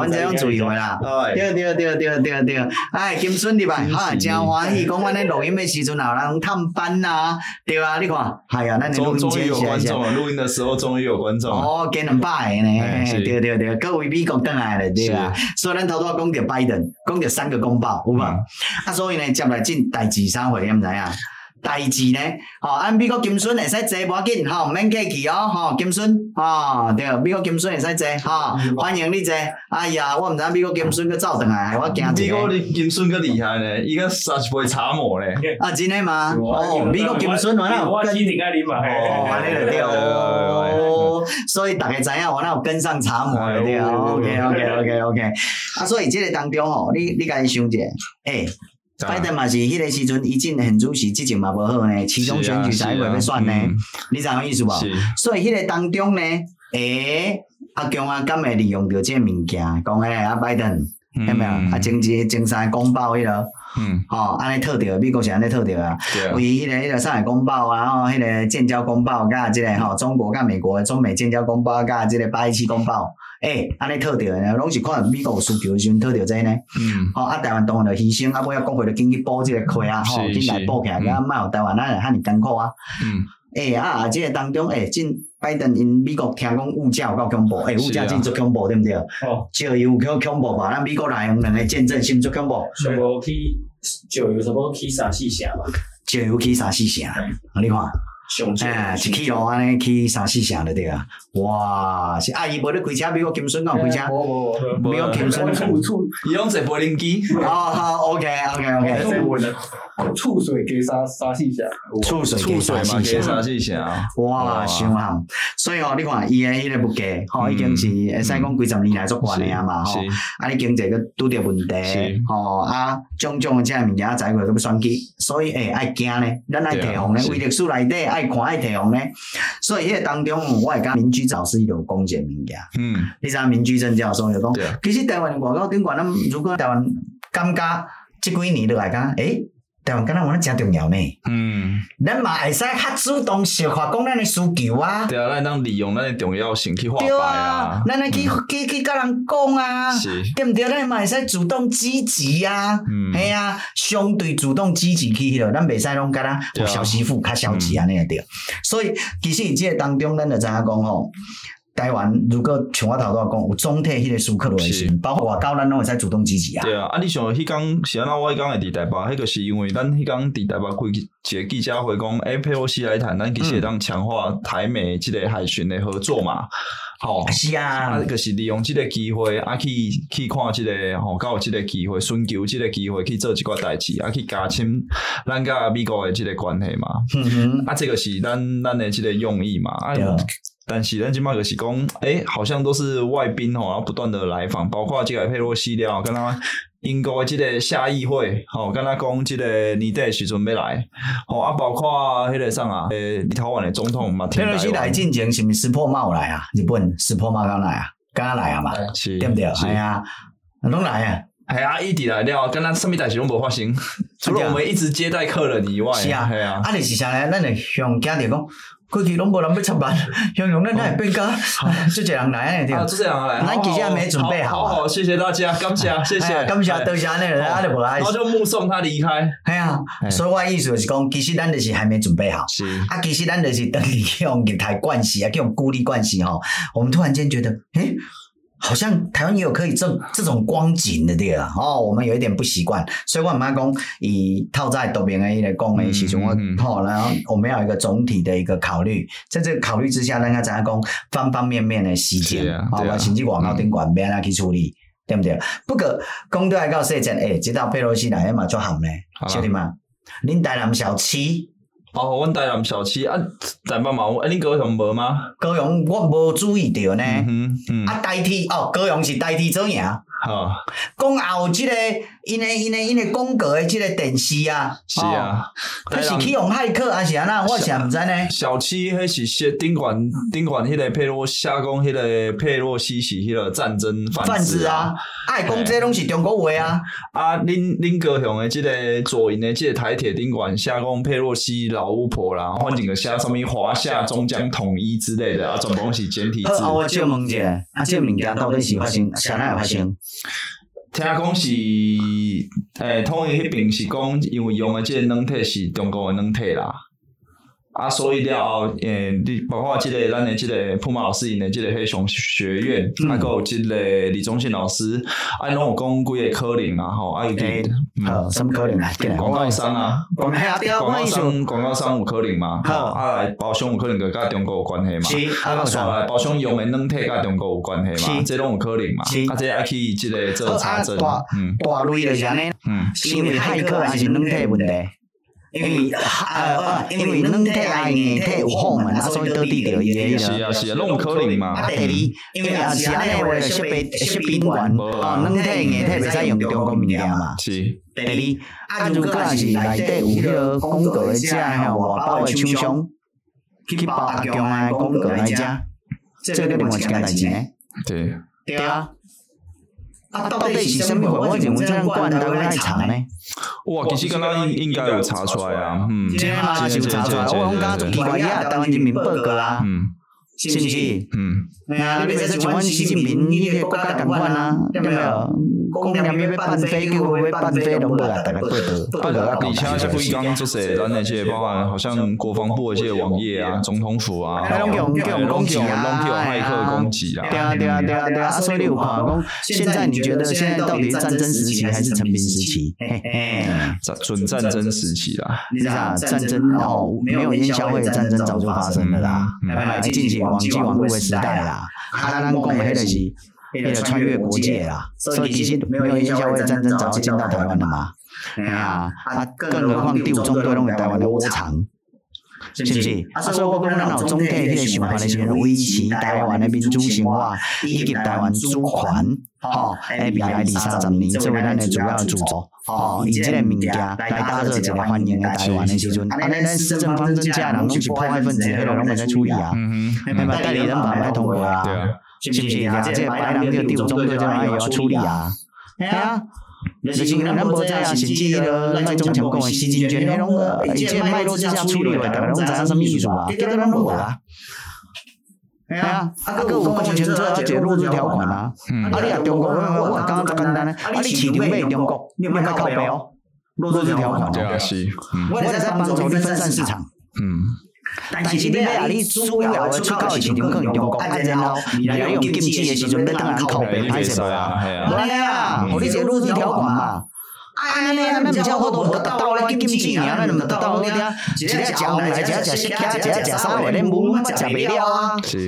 对，金孙入来，真欢喜，讲阮咧录音的时阵有人探班呐，对啊，你看，哎呀，咱的录音间有观众，录音的时候终于有观众， 加200个呢，对，各位美国转来了，对啊，所以咱头拄讲着拜登，讲着3个公报，有无？所以呢，接来进代志啥货，你毋知影？代志呢，按美国金孙会使坐无要紧，毋免客气哦，金孙，对，美国金孙会使坐，欢迎你坐。哎呀，我毋知美国金孙佮走转来，我惊一个。 美国金孙佮厉害呢，伊个30杯茶沫咧。 真诶吗？美国金孙我哪有跟？安尼就对。所以大家知影我哪有跟上茶沫了对。OK。所以这个当中你家己想者，拜登嘛是迄个时阵，伊进现主席之前嘛无好呢，其中选举才会要选呢，你知影意思无？所以迄个当中呢，阿强啊，敢会利用着这物件，讲拜登，有没有？前3个公报迄个。安尼套着，美国是安尼套着啊。为迄个上海公报啊，迄个建交公报，甲即个中国甲美国的中美建交公报，甲即个817公报，安尼套着呢，拢是看美国有需求的时阵套着这呢。台湾当然就牺牲，尾国会就紧去补即个亏啊，紧来补起来，甲莫互台湾遐尼艰苦啊。即个当中，拜登因美国听讲物价有够恐怖，物价真足恐怖，对毋对？石油有恐怖吧？咱美国来用2个见证，是毋足恐怖？ 上无去石油差不多起3-4成吧。 石油起3-4成，你看。1 kilo 安尼去3-4成就对啊！哇，是伊无咧开车，美国金孙敢有开车？美国金孙伊用坐无人机。 OK。 触水加3-4成， 触水加 3-4成。 哇，伤行！所以你看伊的迄个物价，已经是会使讲几十年来足悬的啊嘛，你经济佮拄着问题，种的这物件财会佮要选举，所以爱惊呢，咱爱提防呢，为历史内底爱看爱提防呢。所以迄个当中，我会甲民居教师有讲一个物件，你知影民居正教授就讲，其实台湾外交顶悬，咱如果台湾感觉这几年落来讲，台湾敢若我真重要呢。咱嘛会使较主动小可讲咱的需求啊。 对啊，咱当利用咱的重要性去发牌啊。 咱来去甲人讲啊，对毋对？咱嘛会使主动积极啊。系啊，相对主动积极去迄落，咱袂使拢甲咱小媳妇较消极安尼对。所以其实即个当中，咱就知影讲台湾如果像我头拄讲，有总体迄个思考落时，包括外交，咱拢会使主动积极啊。 对啊，你想迄天是安怎？我迄天会伫台北，迄个是因为咱迄天伫台北开一个记者会讲，佩洛西来谈，咱其实会当强化台美即个海巡的合作嘛。 吼， 是啊， 就是利用这个机会去看这个吼，搞这个机会，寻求这个机会去做一寡代志，去加深咱甲美国的这个关系嘛。这个是咱的这个用意嘛。但是咱今麦就是讲，好像都是外宾吼，然后不断的来访，包括这个佩洛西了，跟他英国的这个下议会，吼，跟他讲这个年底的时阵要来，吼包括迄个啥啊，立陶宛的总统嘛， 佩洛西来进前是毋是斯珀茂来啊？日本斯珀茂刚来啊，刚来啊嘛，对不对？系啊，拢来啊。 系啊，一直来了，跟咱什么代志拢无发生，除了我们一直接待客人以外， 是啊，系啊。就是啥咧？咱会向惊着讲。过去拢无人要插班，向咱会变甲就这人来对。 就这样来， 咱其实还没准备好。 好，谢谢大家，感谢，谢谢， 感谢，多谢那个，就无来。 然后就目送他离开。 系啊，所以我意思就是讲，其实咱就是还没准备好。 是啊，其实咱就是等于用日台关系啊，用孤立关系吼，我们突然间觉得，好像台湾也有可以这种光景的对啦，我们有一点不习惯，所以我妈讲以套在多边的一个讲的时阵，然后我们要有一个总体的一个考虑，在这个考虑之下，咱个怎样讲方方面面的细节，甚至外交顶管要安怎去处理，对不对？不过讲对来到细节，这道佩洛西来嘛足含呢，晓得吗？恁台南小七。 阮台南小七啊，台北嘛有，恁高雄无吗？ 高雄我无注意到呢，代替高雄是代替做赢。讲后即个因个广告的即个电视啊， 是啊， 迄是去用骇客还是安那？我是毋知呢。 小七迄是说顶管迄个佩洛西讲迄个佩洛西是迄个战争贩子啊，爱讲这拢是中国话啊。恁高雄的即个左营的即个台铁顶管写讲佩洛西老巫婆啦，反正个写什么华夏中江统一之类的啊，全部拢是简体字。 我就问者，这物件到底是发生，啥哪会发生？ 听讲是，统一迄边是讲，因为用的这个软体是中国的软体啦，所以了后，包括这个咱的这个普马老师因的这个黑熊学院，还有这个李宗信老师，拢有讲几个可能啊，吼， 什么可能啊？ 广告商啊，广告商有可能嘛，来包厢有可能跟中国有关系嘛，煞来包厢用的软体跟中国有关系嘛，这拢有可能嘛，这爱去这个做查证， 大类就是安尼，是因为骇客还是软体问题？因为软体啊硬体有后门，所以倒抵着伊个。 是啊，拢有可能嘛。 第二，因为也是安尼话设备管，软体硬体袂使用中国物件嘛。 是。 第二，如果是内底有迄个广告的遮吼外包的厂商去包阿强的广告来遮，这个另外一件代志呢。对啊。到底是什么货？我认为这样关台湾太长呢。 哇，其实刚刚应该有查出来啊， 今天嘛就查出来，我讲刚奇怪呀，台湾人民报告啊，是不是？你袂使像阮习近平迄个国家共款啊，对没有？讲念要办飞，叫要办飞，拢无啊，大家报告啊。 而且这几工就是咱那些包含好像国防部的这些网页啊、总统府啊， 拢用攻击啊， 拢有骇客攻击啊。 对啊，所以你有看讲，现在你觉得现在到底是战争时期还是成平时期？ 准战争时期啦。 你知道战争没有烟硝味，战争早就发生了啦，进行网际网络的时代啦。咱讲的迄个是。那个穿越国界啦，所以其实没有烟硝味战争早就进到台湾了嘛。更何况第五中队拢是台湾的窝藏，是不是？所以我讲咱有总体迄个想法的时阵，维持台湾的民主文化以及台湾主权，未来20-30年作为咱的主要主轴，以这个物件来打造一个欢迎的台湾的时阵，安尼咱施政方针下人拢是破坏分子，迄个拢会在处理啊，代理人法来通过啊。是不是啊？这个白人这个第五中队这玩意也要处理啊！系啊，就是因为咱无知啊，甚至迄个赖中强讲的西进权，迄种个以这脉络之下处理落，大家拢知影什么意思啊？叫做咱无啊！系啊，个有完全做一个落日条款啊！你若中国，我讲较简单咧，你市场买中国，你有靠背哦，落日条款对啊是， 我会在帮助你分散市场。但是你要你主要的出口的市场可能中国，然后你来用禁止的时阵，要当然靠北歹势无啊？无啊，互你一个落日条款嘛。安尼咱毋只好多无达到咧禁止尔，咱毋达到你听，一个食红来，一个食虾，一个食啥货，恁无捌食袂了啊？ 是。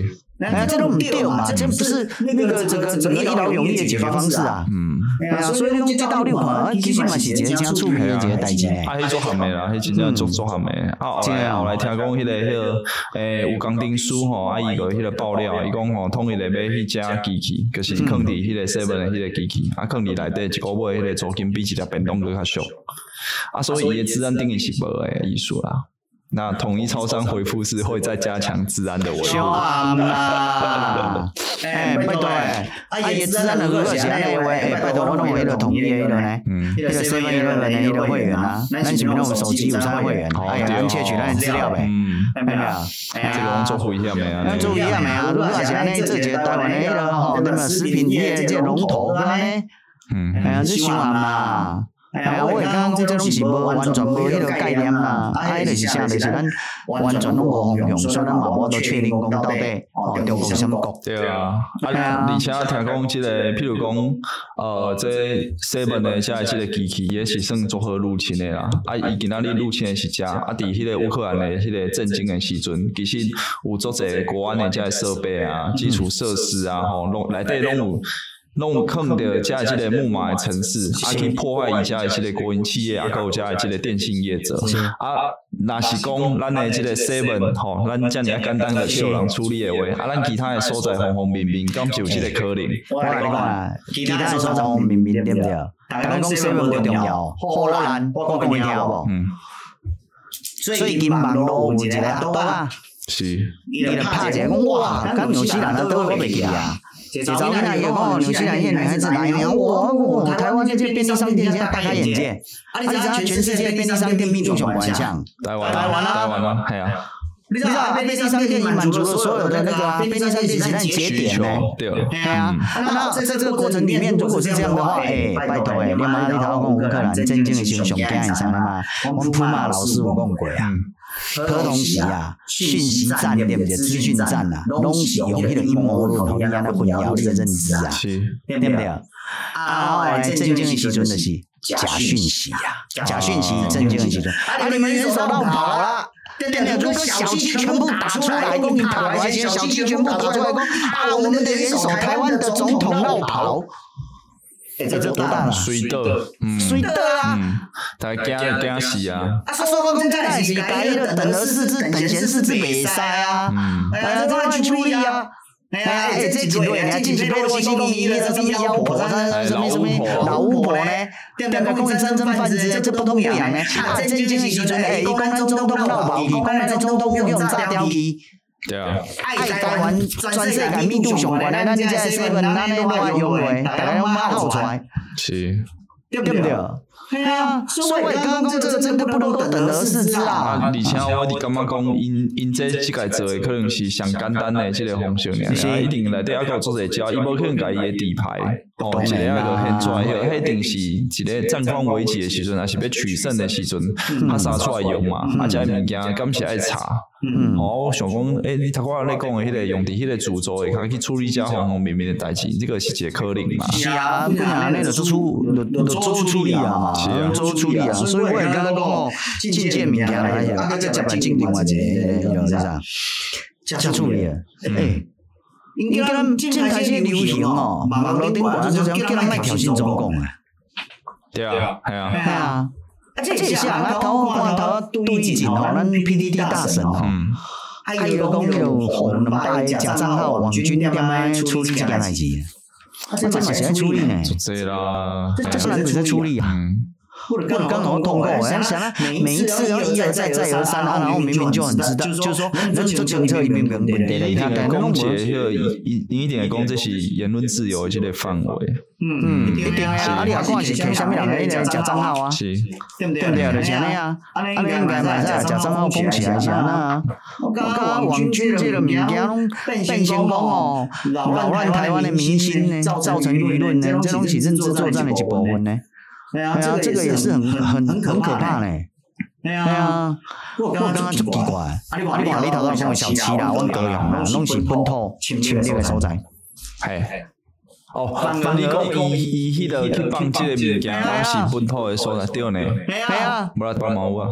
这都唔对嘛，这不是那个整个一劳永逸的解决方式啊。所以用这道理看，其实嘛是一个真趣味的一个代志呢。 迄做项的啦，迄真正做项的。后来听讲迄个有工程师吼，伊个迄个爆料，伊讲吼，统一来买迄只机器，就是放伫迄个7的迄个机器，放伫内底一个月迄个租金比一粒便当搁较俗。所以伊的治安定义是无诶艺术啦。那统一超商回复是会再加强治安的维护。 小暗啦，拜托伊治安的如果是安尼话，拜托我弄迄个统一迄个呢，迄个7-11的迄个会员啊，咱是咪弄手机有啥会员？咱窃取咱的资料呗，对啊， 这个我做危险的啊， 咱做危险的啊，如果是安尼，这个台湾的迄个吼，那么食品业这龙头安尼，这小暗啦。我会感觉讲这拢是无完全无迄个概念啦，迄就是啥，就是咱完全拢无方向，所以咱嘛无都确定讲到底中国是啥国。 对啊，而且听讲即个，譬如讲，这7的现在即个机器也是算做好入侵的啦。伊今仔日入侵的是遮，伫迄个乌克兰的迄个震惊的时阵，其实有足侪国安的遮设备啊、基础设施啊，吼，内底拢有。弄坑的加这个木马的城市，去破坏伊家的这个国营企业，还有加的这个电信业者。若是讲咱的这个7吼，咱遮尔简单的小人处理的话，咱其他的所在方方面面，敢就有这个可能。 我来讲啊，其他的所在方方面面对不对？大家讲7无重要，荷兰我讲过听无？最近网络有一个阿多啊， 是， 伊就拍一个讲哇，敢纽西兰的都我袂记啊。早上那也讲纽西兰一些女孩子来讲，哇，台湾这些便利商店现在大开眼界，你知道全世界便利商店密度上万象， 台湾啊，系啊。 你知道便利商店已满足了所有的那个便利商店是那节点呢？ 对啊。那在这个过程里面，如果是这样的话，拜托你妈你头讲乌克兰真正的形象惊是啥嘛？我们普马老师有讲过啊。可同时啊，讯息战对不对？资讯战啊，拢是用迄个阴谋论同你安尼混淆你的认知啊，对不对？震惊的时阵就是假讯息啊，假讯息震惊的时阵，你们元首绕跑了。对不对？如果小鸡全部打出来，公民跑来，小鸡全部打出来，讲我们的元首，台湾的总统绕跑。这多大了？ 水的啊！ 大家惊死啊！ 说个公开是改了等额四字、等闲四字袂使啊！这乱处理啊！这几类呢？这几类我讲伊那什么妖婆，什么老巫婆呢？对不对？讲是真正犯罪，这不同样呢。这时阵，伊讲咱总统绕跑，伊讲咱总统用炸掉伊。 对啊， 爱台湾全世界密度上悬的，咱这7咱咧乱用的，大家拢马好出来， 是， 对不对？对啊，所以刚刚这个真的不能够等而视之啊！ 而且我哋感觉讲，因这届做的可能是上简单的这个方式尔，一定内底还有做者招，伊无可能甲伊的底牌，一个那个现在迄一定是一个战况危急的时阵，还是要取胜的时阵，杀出来用嘛，这物件敢是爱查。我想讲，你头我咧讲的迄个用伫迄个主轴下去处理遮方方面面的代志，这个是一个可能嘛？ 是啊，不然那个做处理啊嘛，做处理啊，所以我也刚刚讲哦，进阶物件来讲，这接来进另外一个，是啥？加处理啊，因叫咱正开始流行哦，网络顶管就讲叫咱卖挑衅中共啊， 对啊，系啊。这也是啊，头杜义景吼，咱 PTT 大神吼，还有讲迄个红200假账号网军点来处理这件代志，这嘛是在处理呢， 这啦， 这是人在处理啊。我刚好通过，我想每一次要一而再再而三啊，然后明明就很知道，就是说咱这政策里面没问题的，你看， 公解迄个一点讲这是言论自由的这个范围。 一定啊！你也讲是听什么人的迄个假账号啊？ 是， 对不对？就是安尼啊，安尼应该嘛，假账号封起来是安啊。我讲网军这个物件拢变成讲哦，扰乱台湾的民心呢，造成舆论呢，这拢是认知作战的一部分呢。这个也是很可怕呢。啊，我刚刚就奇怪，你看你头先讲小七啦，阮高雄啦，拢是本土侵略的所在， 系。你讲伊迄个去放即个物件，拢是本土的所在对呢？ 系啊， 无啦帮忙有啊。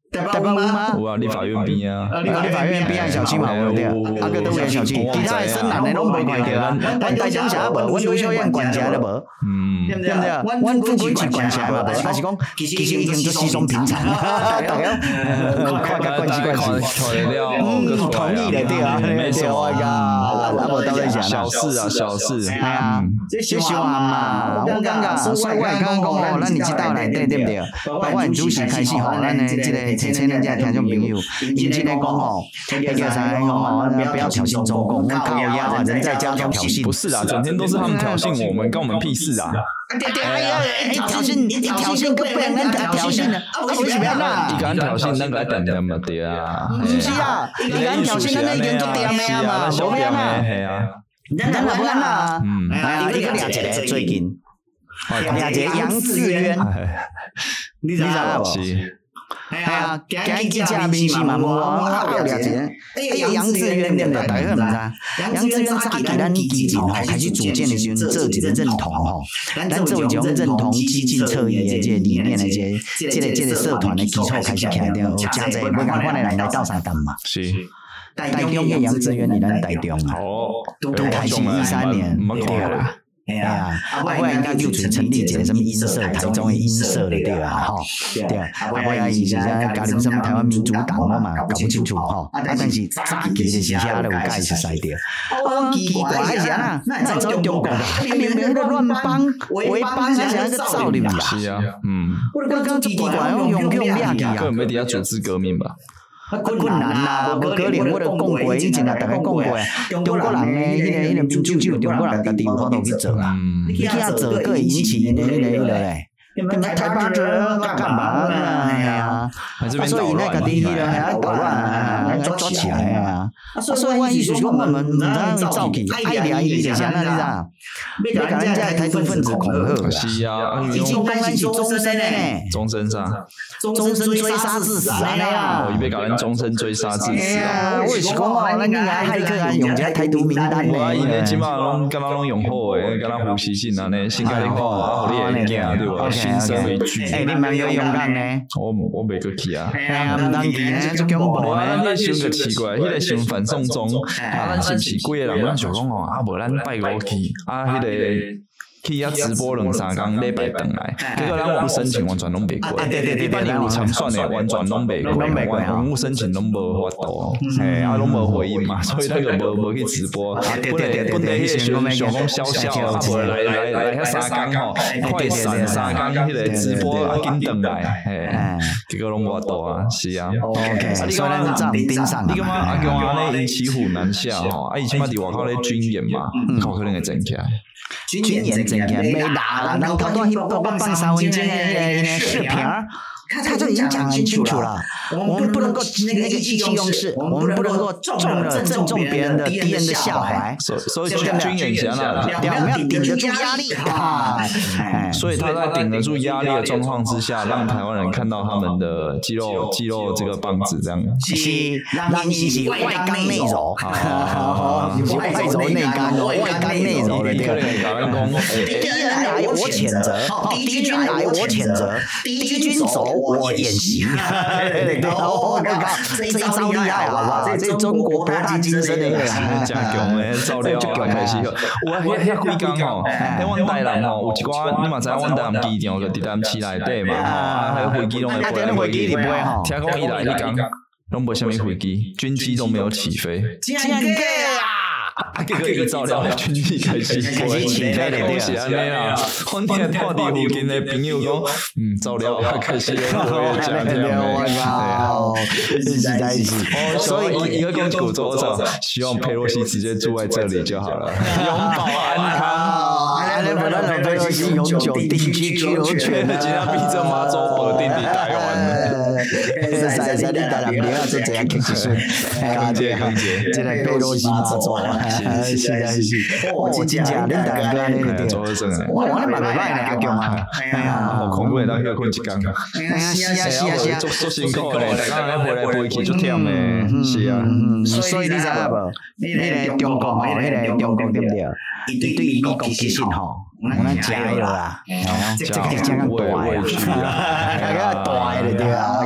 台北有吗？ 有啊，立法院边啊， 立法院边小区嘛有对，啊个都有小区，其他的省南的拢无看到啊，咱台中城无，阮刘秀燕管起来都无，对不对？阮富贵市管起来嘛无，还是讲其实已经都稀松平常，大家看个关系，同意的对啊，对我个，啊无到底想小事啊，小事， 哎呀，这希望嘛，我感觉，所以我刚刚讲哦，咱你知道内底对不对？包括主席开始吼，咱的这个提醒咱这听众朋友，因这个讲吼，那个啥讲吼，不要挑衅中共，靠腰啊，人在家中挑衅， 不是啦，整天都是他们挑衅我们，关我们屁事啊！ 挑衅，个被人挑衅了，啊，为什么啦？ 伊敢挑衅，咱个等点嘛对啊， 不是啊，伊敢挑衅，咱已经做点的啊嘛，无变啊，系啊，咱无变啊，哎呀，你个俩一个最近，俩一个杨志渊，你知道无？哎呀，今日记者面试嘛，无啊，有俩一个，哎，杨志渊对不对？大家唔知，杨志渊早期咱基进吼开始组建的时阵，做一个认同吼，咱做一种认同激进侧翼的这个理念的这个社团的基础开始起来了，真侪每共款的人来斗相共嘛。 是。 台中的杨志渊，咱台中啊，都开始13年，对啦。哎呀，后来应该就成立一个什么音社，台中的音社了对吧？吼，对，后来伊是啥加入什么台湾民主党我嘛搞不清楚吼，但是早期就是遐都有介识使着。我奇怪是啊，那做中国，明明在乱帮、围帮，而且还在造你们啦。 是啊， 我刚奇怪，用掠去啊， 根本没底下组织革命吧？ 困难啦，无可能，我著讲过，以前也大家讲过，中国人诶，迄个民主中国人家己有法度去做啊，你去遐做，佫会引起迄个咧。台巴者干嘛呢？哎呀，所以那个地迄个还捣乱，抓起来啊！所以我意思是讲，我们唔通走去，爱掠伊就是安尼啦。要甲咱遮台独分子恐吓。 是啊， 已经讲咱是终身诶， 终身啥？ 终身追杀致死安尼啊！ 哦，伊要甲咱终身追杀致死啊！ 我是讲哦，咱个骇客啊，用一个台独名单咧。 我伊咧即马拢敢若拢用好诶，敢若胡锡进安尼，新加坡啊，互你会惊对无？新生为主。 哎，你蛮有勇敢呢。 我袂过去啊。 哎呀，唔当去呢，就恐怖呢。 咱迄想个奇怪，迄个想反送中，咱是毋是几个人？咱想讲哦，无咱拜五去，迄个。去遐直播2-3工礼拜转来，结果咱网申请完全拢袂过，一般有参选的完全拢袂过，网申请拢无法度，啊拢无回应嘛，所以咱就无去直播。本来迄个想讲笑笑，啊无来遐3工吼，快闪3工迄个直播啊紧转来，结果拢无法度啊，是啊。 OK， 所以咱站顶上。 你感觉阿强安尼因骑虎难下吼，啊伊即摆伫外口咧军演嘛，有可能会整起来。 军演整天没打，然后他断半3分钟的视频，他就已经讲很清楚了。我们不能够那个意气用事，我们不能够正中别人的敌人的下怀。 所以军演前啊， 我们要顶得住压力啊！ 所以他在顶得住压力的状况之下，让台湾人看到他们的肌肉这个棒子这样。 是让你是外刚内柔，外柔内刚哦，外刚内柔的对。敌人来我谴责，敌军来我谴责，敌军走我演习。我靠，这一招厉害好不好？这中国博大精深的一个真强诶，照料啊，开始。我遐几工吼，迄阮台南吼有一寡，你嘛知影阮台南机场就伫咱市内底嘛，还有飞机拢会飞，听讲伊来迄工拢无啥物飞机，军机都没有起飞。 真假啊！ 结果伊照料军机开始起飞的东西安尼啦，阮听到伫附近的朋友讲，照料开始有会讲哇，实在是， 所以一个讲古州上，希望佩洛西直接住在这里就好了，永保安康。 安尼不咱佩洛西永久定居居留权， 今天逼着马祖保定伫台湾。 使你台南了就这样去算，这个佩洛西马祖。是，我真正恁台南安尼就对，我你嘛袂歹呢，阿强啊，哎呀， 恐怖的当去困一工， 哎呀，是啊， 做辛苦嘞，大家飞来飞去就忝嘞，是啊， 所以你知影无？迄个中国吼，迄个中国对不对？伊对美国其实吼，我们食了啦，这个真大，大个对啊，我讲。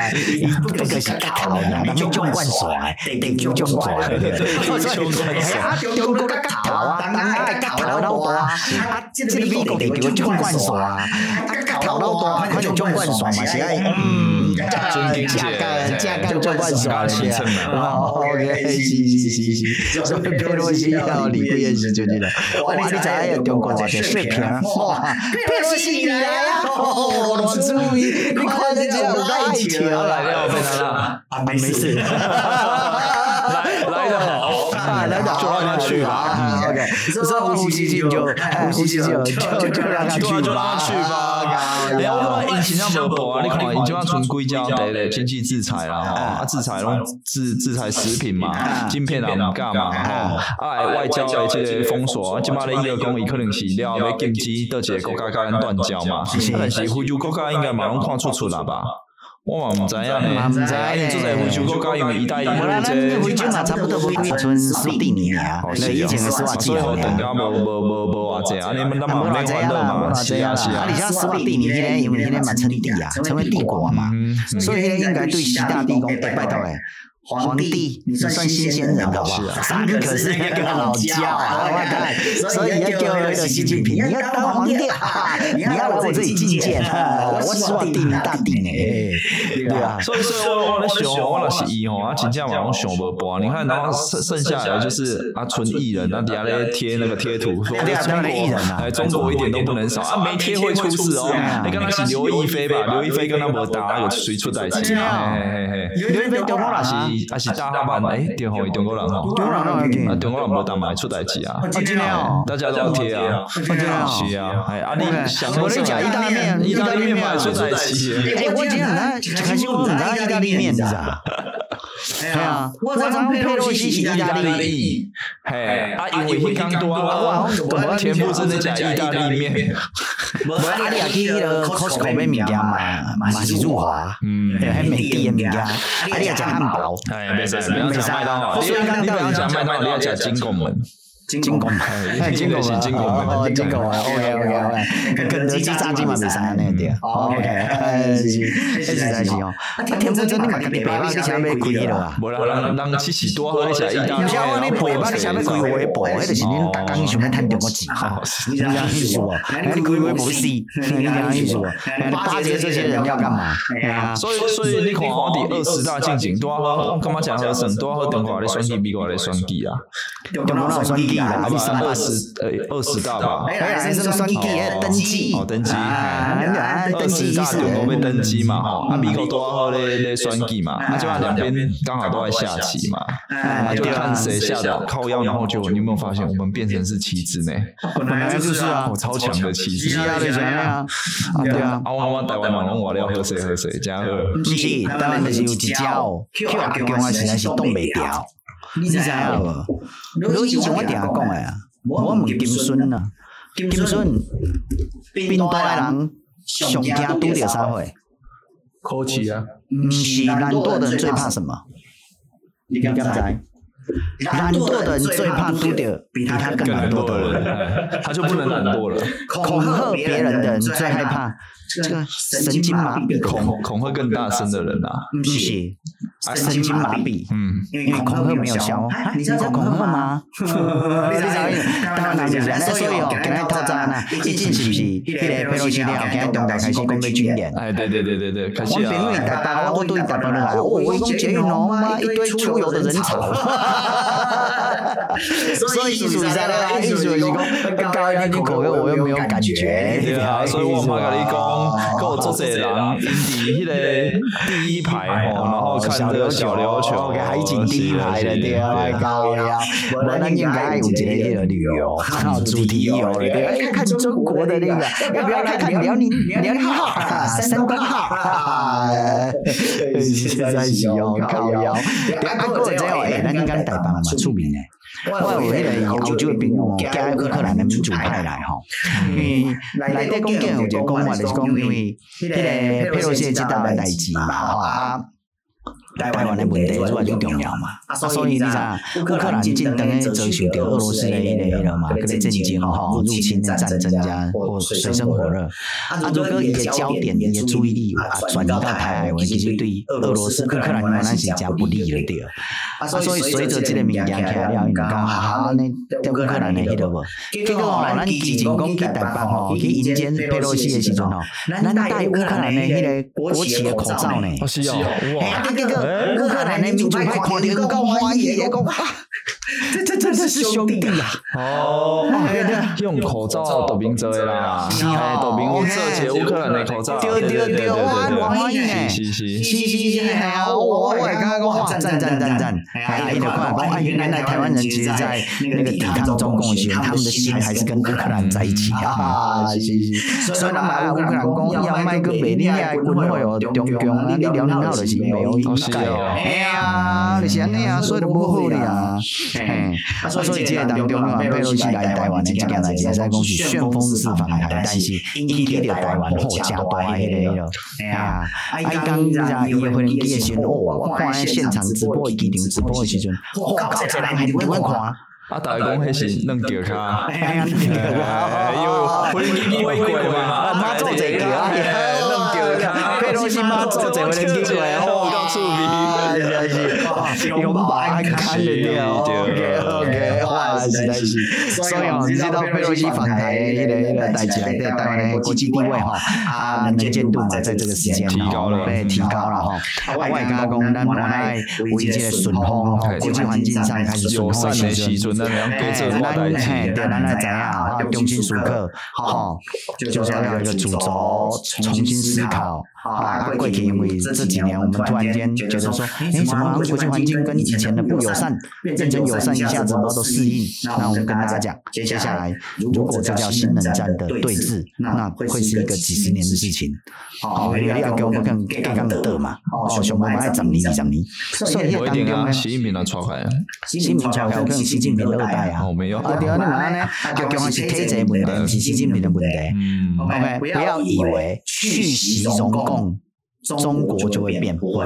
不可是头啦，咱们种灌耍，地球种耍，中国个头啊，当然个头老大啊，这个美国地球种灌耍啊，头老大，看就种灌耍嘛，是爱价格种灌耍是啊 ，OK， 是，所以佩洛西要离开是就这个，哇，你知影中国这水平，哇，佩洛西你来啊，我注意，你看人家有爱情来了，非常啦， 没事， 来得好， 来得好， 就让他去吧 ，OK， 所以呼吸机就让他去吧。 哎呀，我疫情那无报啊！你看，伊即摆存几只第咧经济制裁啦，吼，制裁拢制裁食品嘛，晶片也毋敢嘛，吼，外交的即个封锁，即摆咧伊个讲伊可能是了要禁止倒一个国家甲咱断交嘛，但是非洲国家应该嘛拢看出啦吧？我嘛毋知影呢，因为做在非洲国家因为一带一路这， 非洲嘛差不多无几存14年啊，那以前的斯瓦蒂尼啊，等下无偌济啊，你们那么没欢乐嘛？是啊， 而且斯瓦蒂尼迄个因为迄个嘛称帝啊，成为帝国嘛，所以迄个应该对西大帝讲拜托诶。皇帝，你算新鲜人好不好？咱可是那个老教啊，我看，所以要叫那个习近平，你要当皇帝啊，你要来我这里觐见，我是瓦帝大帝呢，对啊。 所以我咧想，我若是伊吼，真正嘛拢想无半。你看，然后剩下来就是纯艺人，底下咧贴那个贴图，说中国一点都不能少啊，没贴会出事哦。你刚才是刘亦菲吧？刘亦菲跟他无搭，有谁出代志？ 刘亦菲中国人是。 还是大汉版对吼，中国人吼，中国人无当嘛出代志啊，大家都贴啊，是啊，你想我咧讲意大利面嘛出代志， 我今日开始我唔知意大利面是啥。系啊，我常佩洛西是意大利， 嘿，因为迄刚多啊，我全部真的讲意大利面， 无啊，你也去迄个 Costco 买物件嘛是入华，迄美的物件，你也食汉堡， 没事，不要讲麦当劳，你不要讲麦当劳，你要讲金拱门。 金拱门，OK，肯德基炸鸡嘛袂使安尼对 ，OK， 实在是哦。田馥甄你嘛家己白肉，你想要开迄落啊？ 无啦，人七喜多喝一下意大利。 唔是我你白肉，你想要开微博，迄就是恁逐工想要趁中国钱哈。你讲意思无？你开微博死，你讲意思无？巴结这些人要干嘛？ 所以你看我伫20大进前都要喝，我感觉诚好省，都要喝中国咧选举，美国咧选举啊， 中国选举。 啊，第20大吧， 还是选举登记， 登记，20大中国要登记嘛，吼，美国都要好咧选举嘛，就两边刚好都在下棋嘛，就看谁下的靠腰，然后就你有没有发现我们变成是棋子呢？ 本来就是啊， 超强的棋子， 对啊， 我台湾人拢话了喝谁，这样喝， 不是，台湾就是有一只哦，Q 阿公啊，实在是冻袂掉。你知影无？如以前我定讲诶啊，我问金孙啊，金孙，冰岛诶人上惊拄着啥货？ 口气啊！ 毋是懒惰的人最怕什么？你敢知？懒惰的人最怕拄着比他更懒惰的人， 他就不能懒惰了。 恐吓别人的人最害怕这个神经麻痹， 恐吓更大声的人啊！ 不是神经麻痹，因为恐吓没有效。你在恐吓吗？当然就是安尼，所以哦，今日透早呐，最近是不是？迄个佩洛西了，今日中台开始讲要军演。 哎，对，开始啊！ 我朋友台北，我对台北人来，我讲捷运哦，妈一堆出游的人潮。所以意思是咧，意思就是讲，高一点口我又没有感觉， 对啊，所以我嘛甲你讲，够做这人，伫迄个第一排吼，然后看着小琉球， 海景第一排的对啊，高呀，无咱应该有一个迄个旅游，主题游的对，看中国的那个，要不要来看辽宁号、山东号？实在是哦，高呀，啊，个这哦，咱应该台北嘛出名诶。我有迄个欧洲的朋友哦，加乌克兰的民主派来吼，因为内底讲有一个讲法，就是讲因为迄个佩洛西知道的代志嘛，吼啊， 台湾的问题越来越重要嘛。所以你知乌克兰近当诶遭受到俄罗斯的迄个嘛，嗰个战争吼，入侵的战争加或水深火热。如果伊的焦点、伊的注意力转移到台海话，其实对俄罗斯、乌克兰原来是真不利的对。所以随着这个物件起来了，因讲好安尼，乌克兰的迄个无，结果吼，咱之前讲去台北吼，去迎接佩洛西的时阵吼，咱戴乌克兰的迄个国旗的口罩呢， 是哦，哇！ 结果乌克兰的民主派看到有够欢喜的，讲这真的是兄弟啊！ 哦，用口罩杜宾做的啦，杜宾用做一个乌克兰的口罩， 对，哇，欢喜呢，是，系啊，我也刚刚讲哇，赞，哎，就看讲，哎，原来台湾人其实在那个抵抗中共的时候，他们的心还是跟乌克兰在一起啊，是，所以咱买乌克兰讲，要卖个美利亚军会哦，中共你辽宁号就是没有应该哦，哎呀，就是安尼啊，所以就无好哩啊。所以这个当中啊，佩洛西来台湾的这件代志，使讲是旋风式访台，但是引起了台湾好正大迄个，哎呀，讲伊伊回来记的时阵，我看现场直播、机场直播的时阵，哇，这人还点样看？ 大家讲迄是软脚卡， 因为回归嘛，妈做这个啊，软脚卡，佩洛西妈做这个软脚卡，哦，够出名，是，用白看得掉 ，OK， 哇，实在是，所以哦，你知道佩洛西访台的迄个代志内底，台湾的国际地位哈，能见度嘛，在这个时间提高了哈，我也刚刚讲，咱原来为这个顺风，国际环境上开始顺风的时阵。 对， 咱来知影啊，中心时刻，就是要有一个主轴，重新思考。过去因为这几年我们突然间觉得说，怎么国际环境跟以前的不友善变成友善，一下子我们都适应。那我们跟大家讲，接下来如果这叫新冷战的对峙，那会是一个几十年的事情。你要给我们更得嘛？上我们爱10年20年，所以当中呢， 习近平来出来， 习近平出来跟习近平2代啊， 没有。 对啊，你问呢，就讲是体制问题，不是习近平的问题。OK， 不要以为去习容共，中国就会变，不会。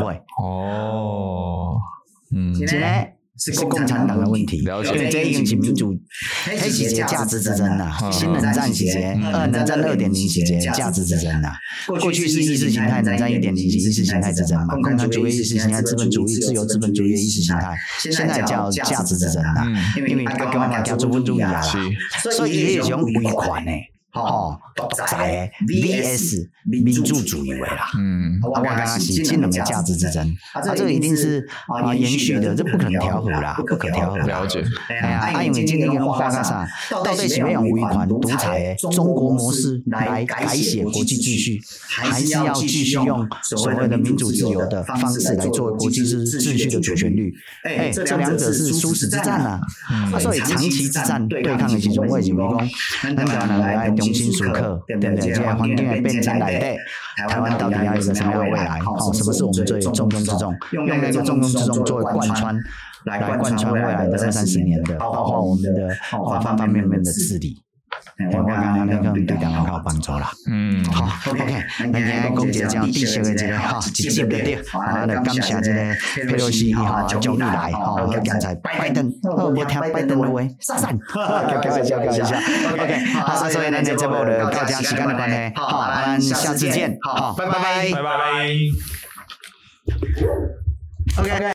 现在是共产党的问题，因为这已经是民主，黑是一个价值之争啦。新冷战是一个冷战2.0是一个价值之争啦。过去是意识形态，冷战1.0是意识形态之争嘛，共产主义意识形态、资本主义、自由资本主义的意识形态，现在叫价值之争啦。因为跟我们叫资本主义啊，所以也有种威权的。独裁的 VS 民主主义的啦，我刚刚是这两个价值之争，这个一定是延续的，这不可能调和啦，不可调和。 了解。 因为今天我发个啥，到底是要用威权独裁的中国模式来改写国际秩序，还是要继续用所谓的民主自由的方式来做国际秩序的主旋律？这两者是殊死之战啊！所以长期之战对抗的时候，我也认为讲，咱台湾人爱中心时刻，对不对？这个环境的变迁内底，台湾到底要有一个什么样的未来？什么是我们最重中之重？用那个重中之重作为贯穿，来贯穿未来的20-30年的，包括我们的方方面面的治理。我刚刚那个对台湾较有帮助啦。好 ，OK， 咱今日讲一个这样知识的一集就对，来感谢这个佩洛西终于来去检查拜登，无听拜登的话，赞，开玩笑，OK， 好，所以咱这节目的到这时间的关系，咱下次见，好，拜拜。 OK。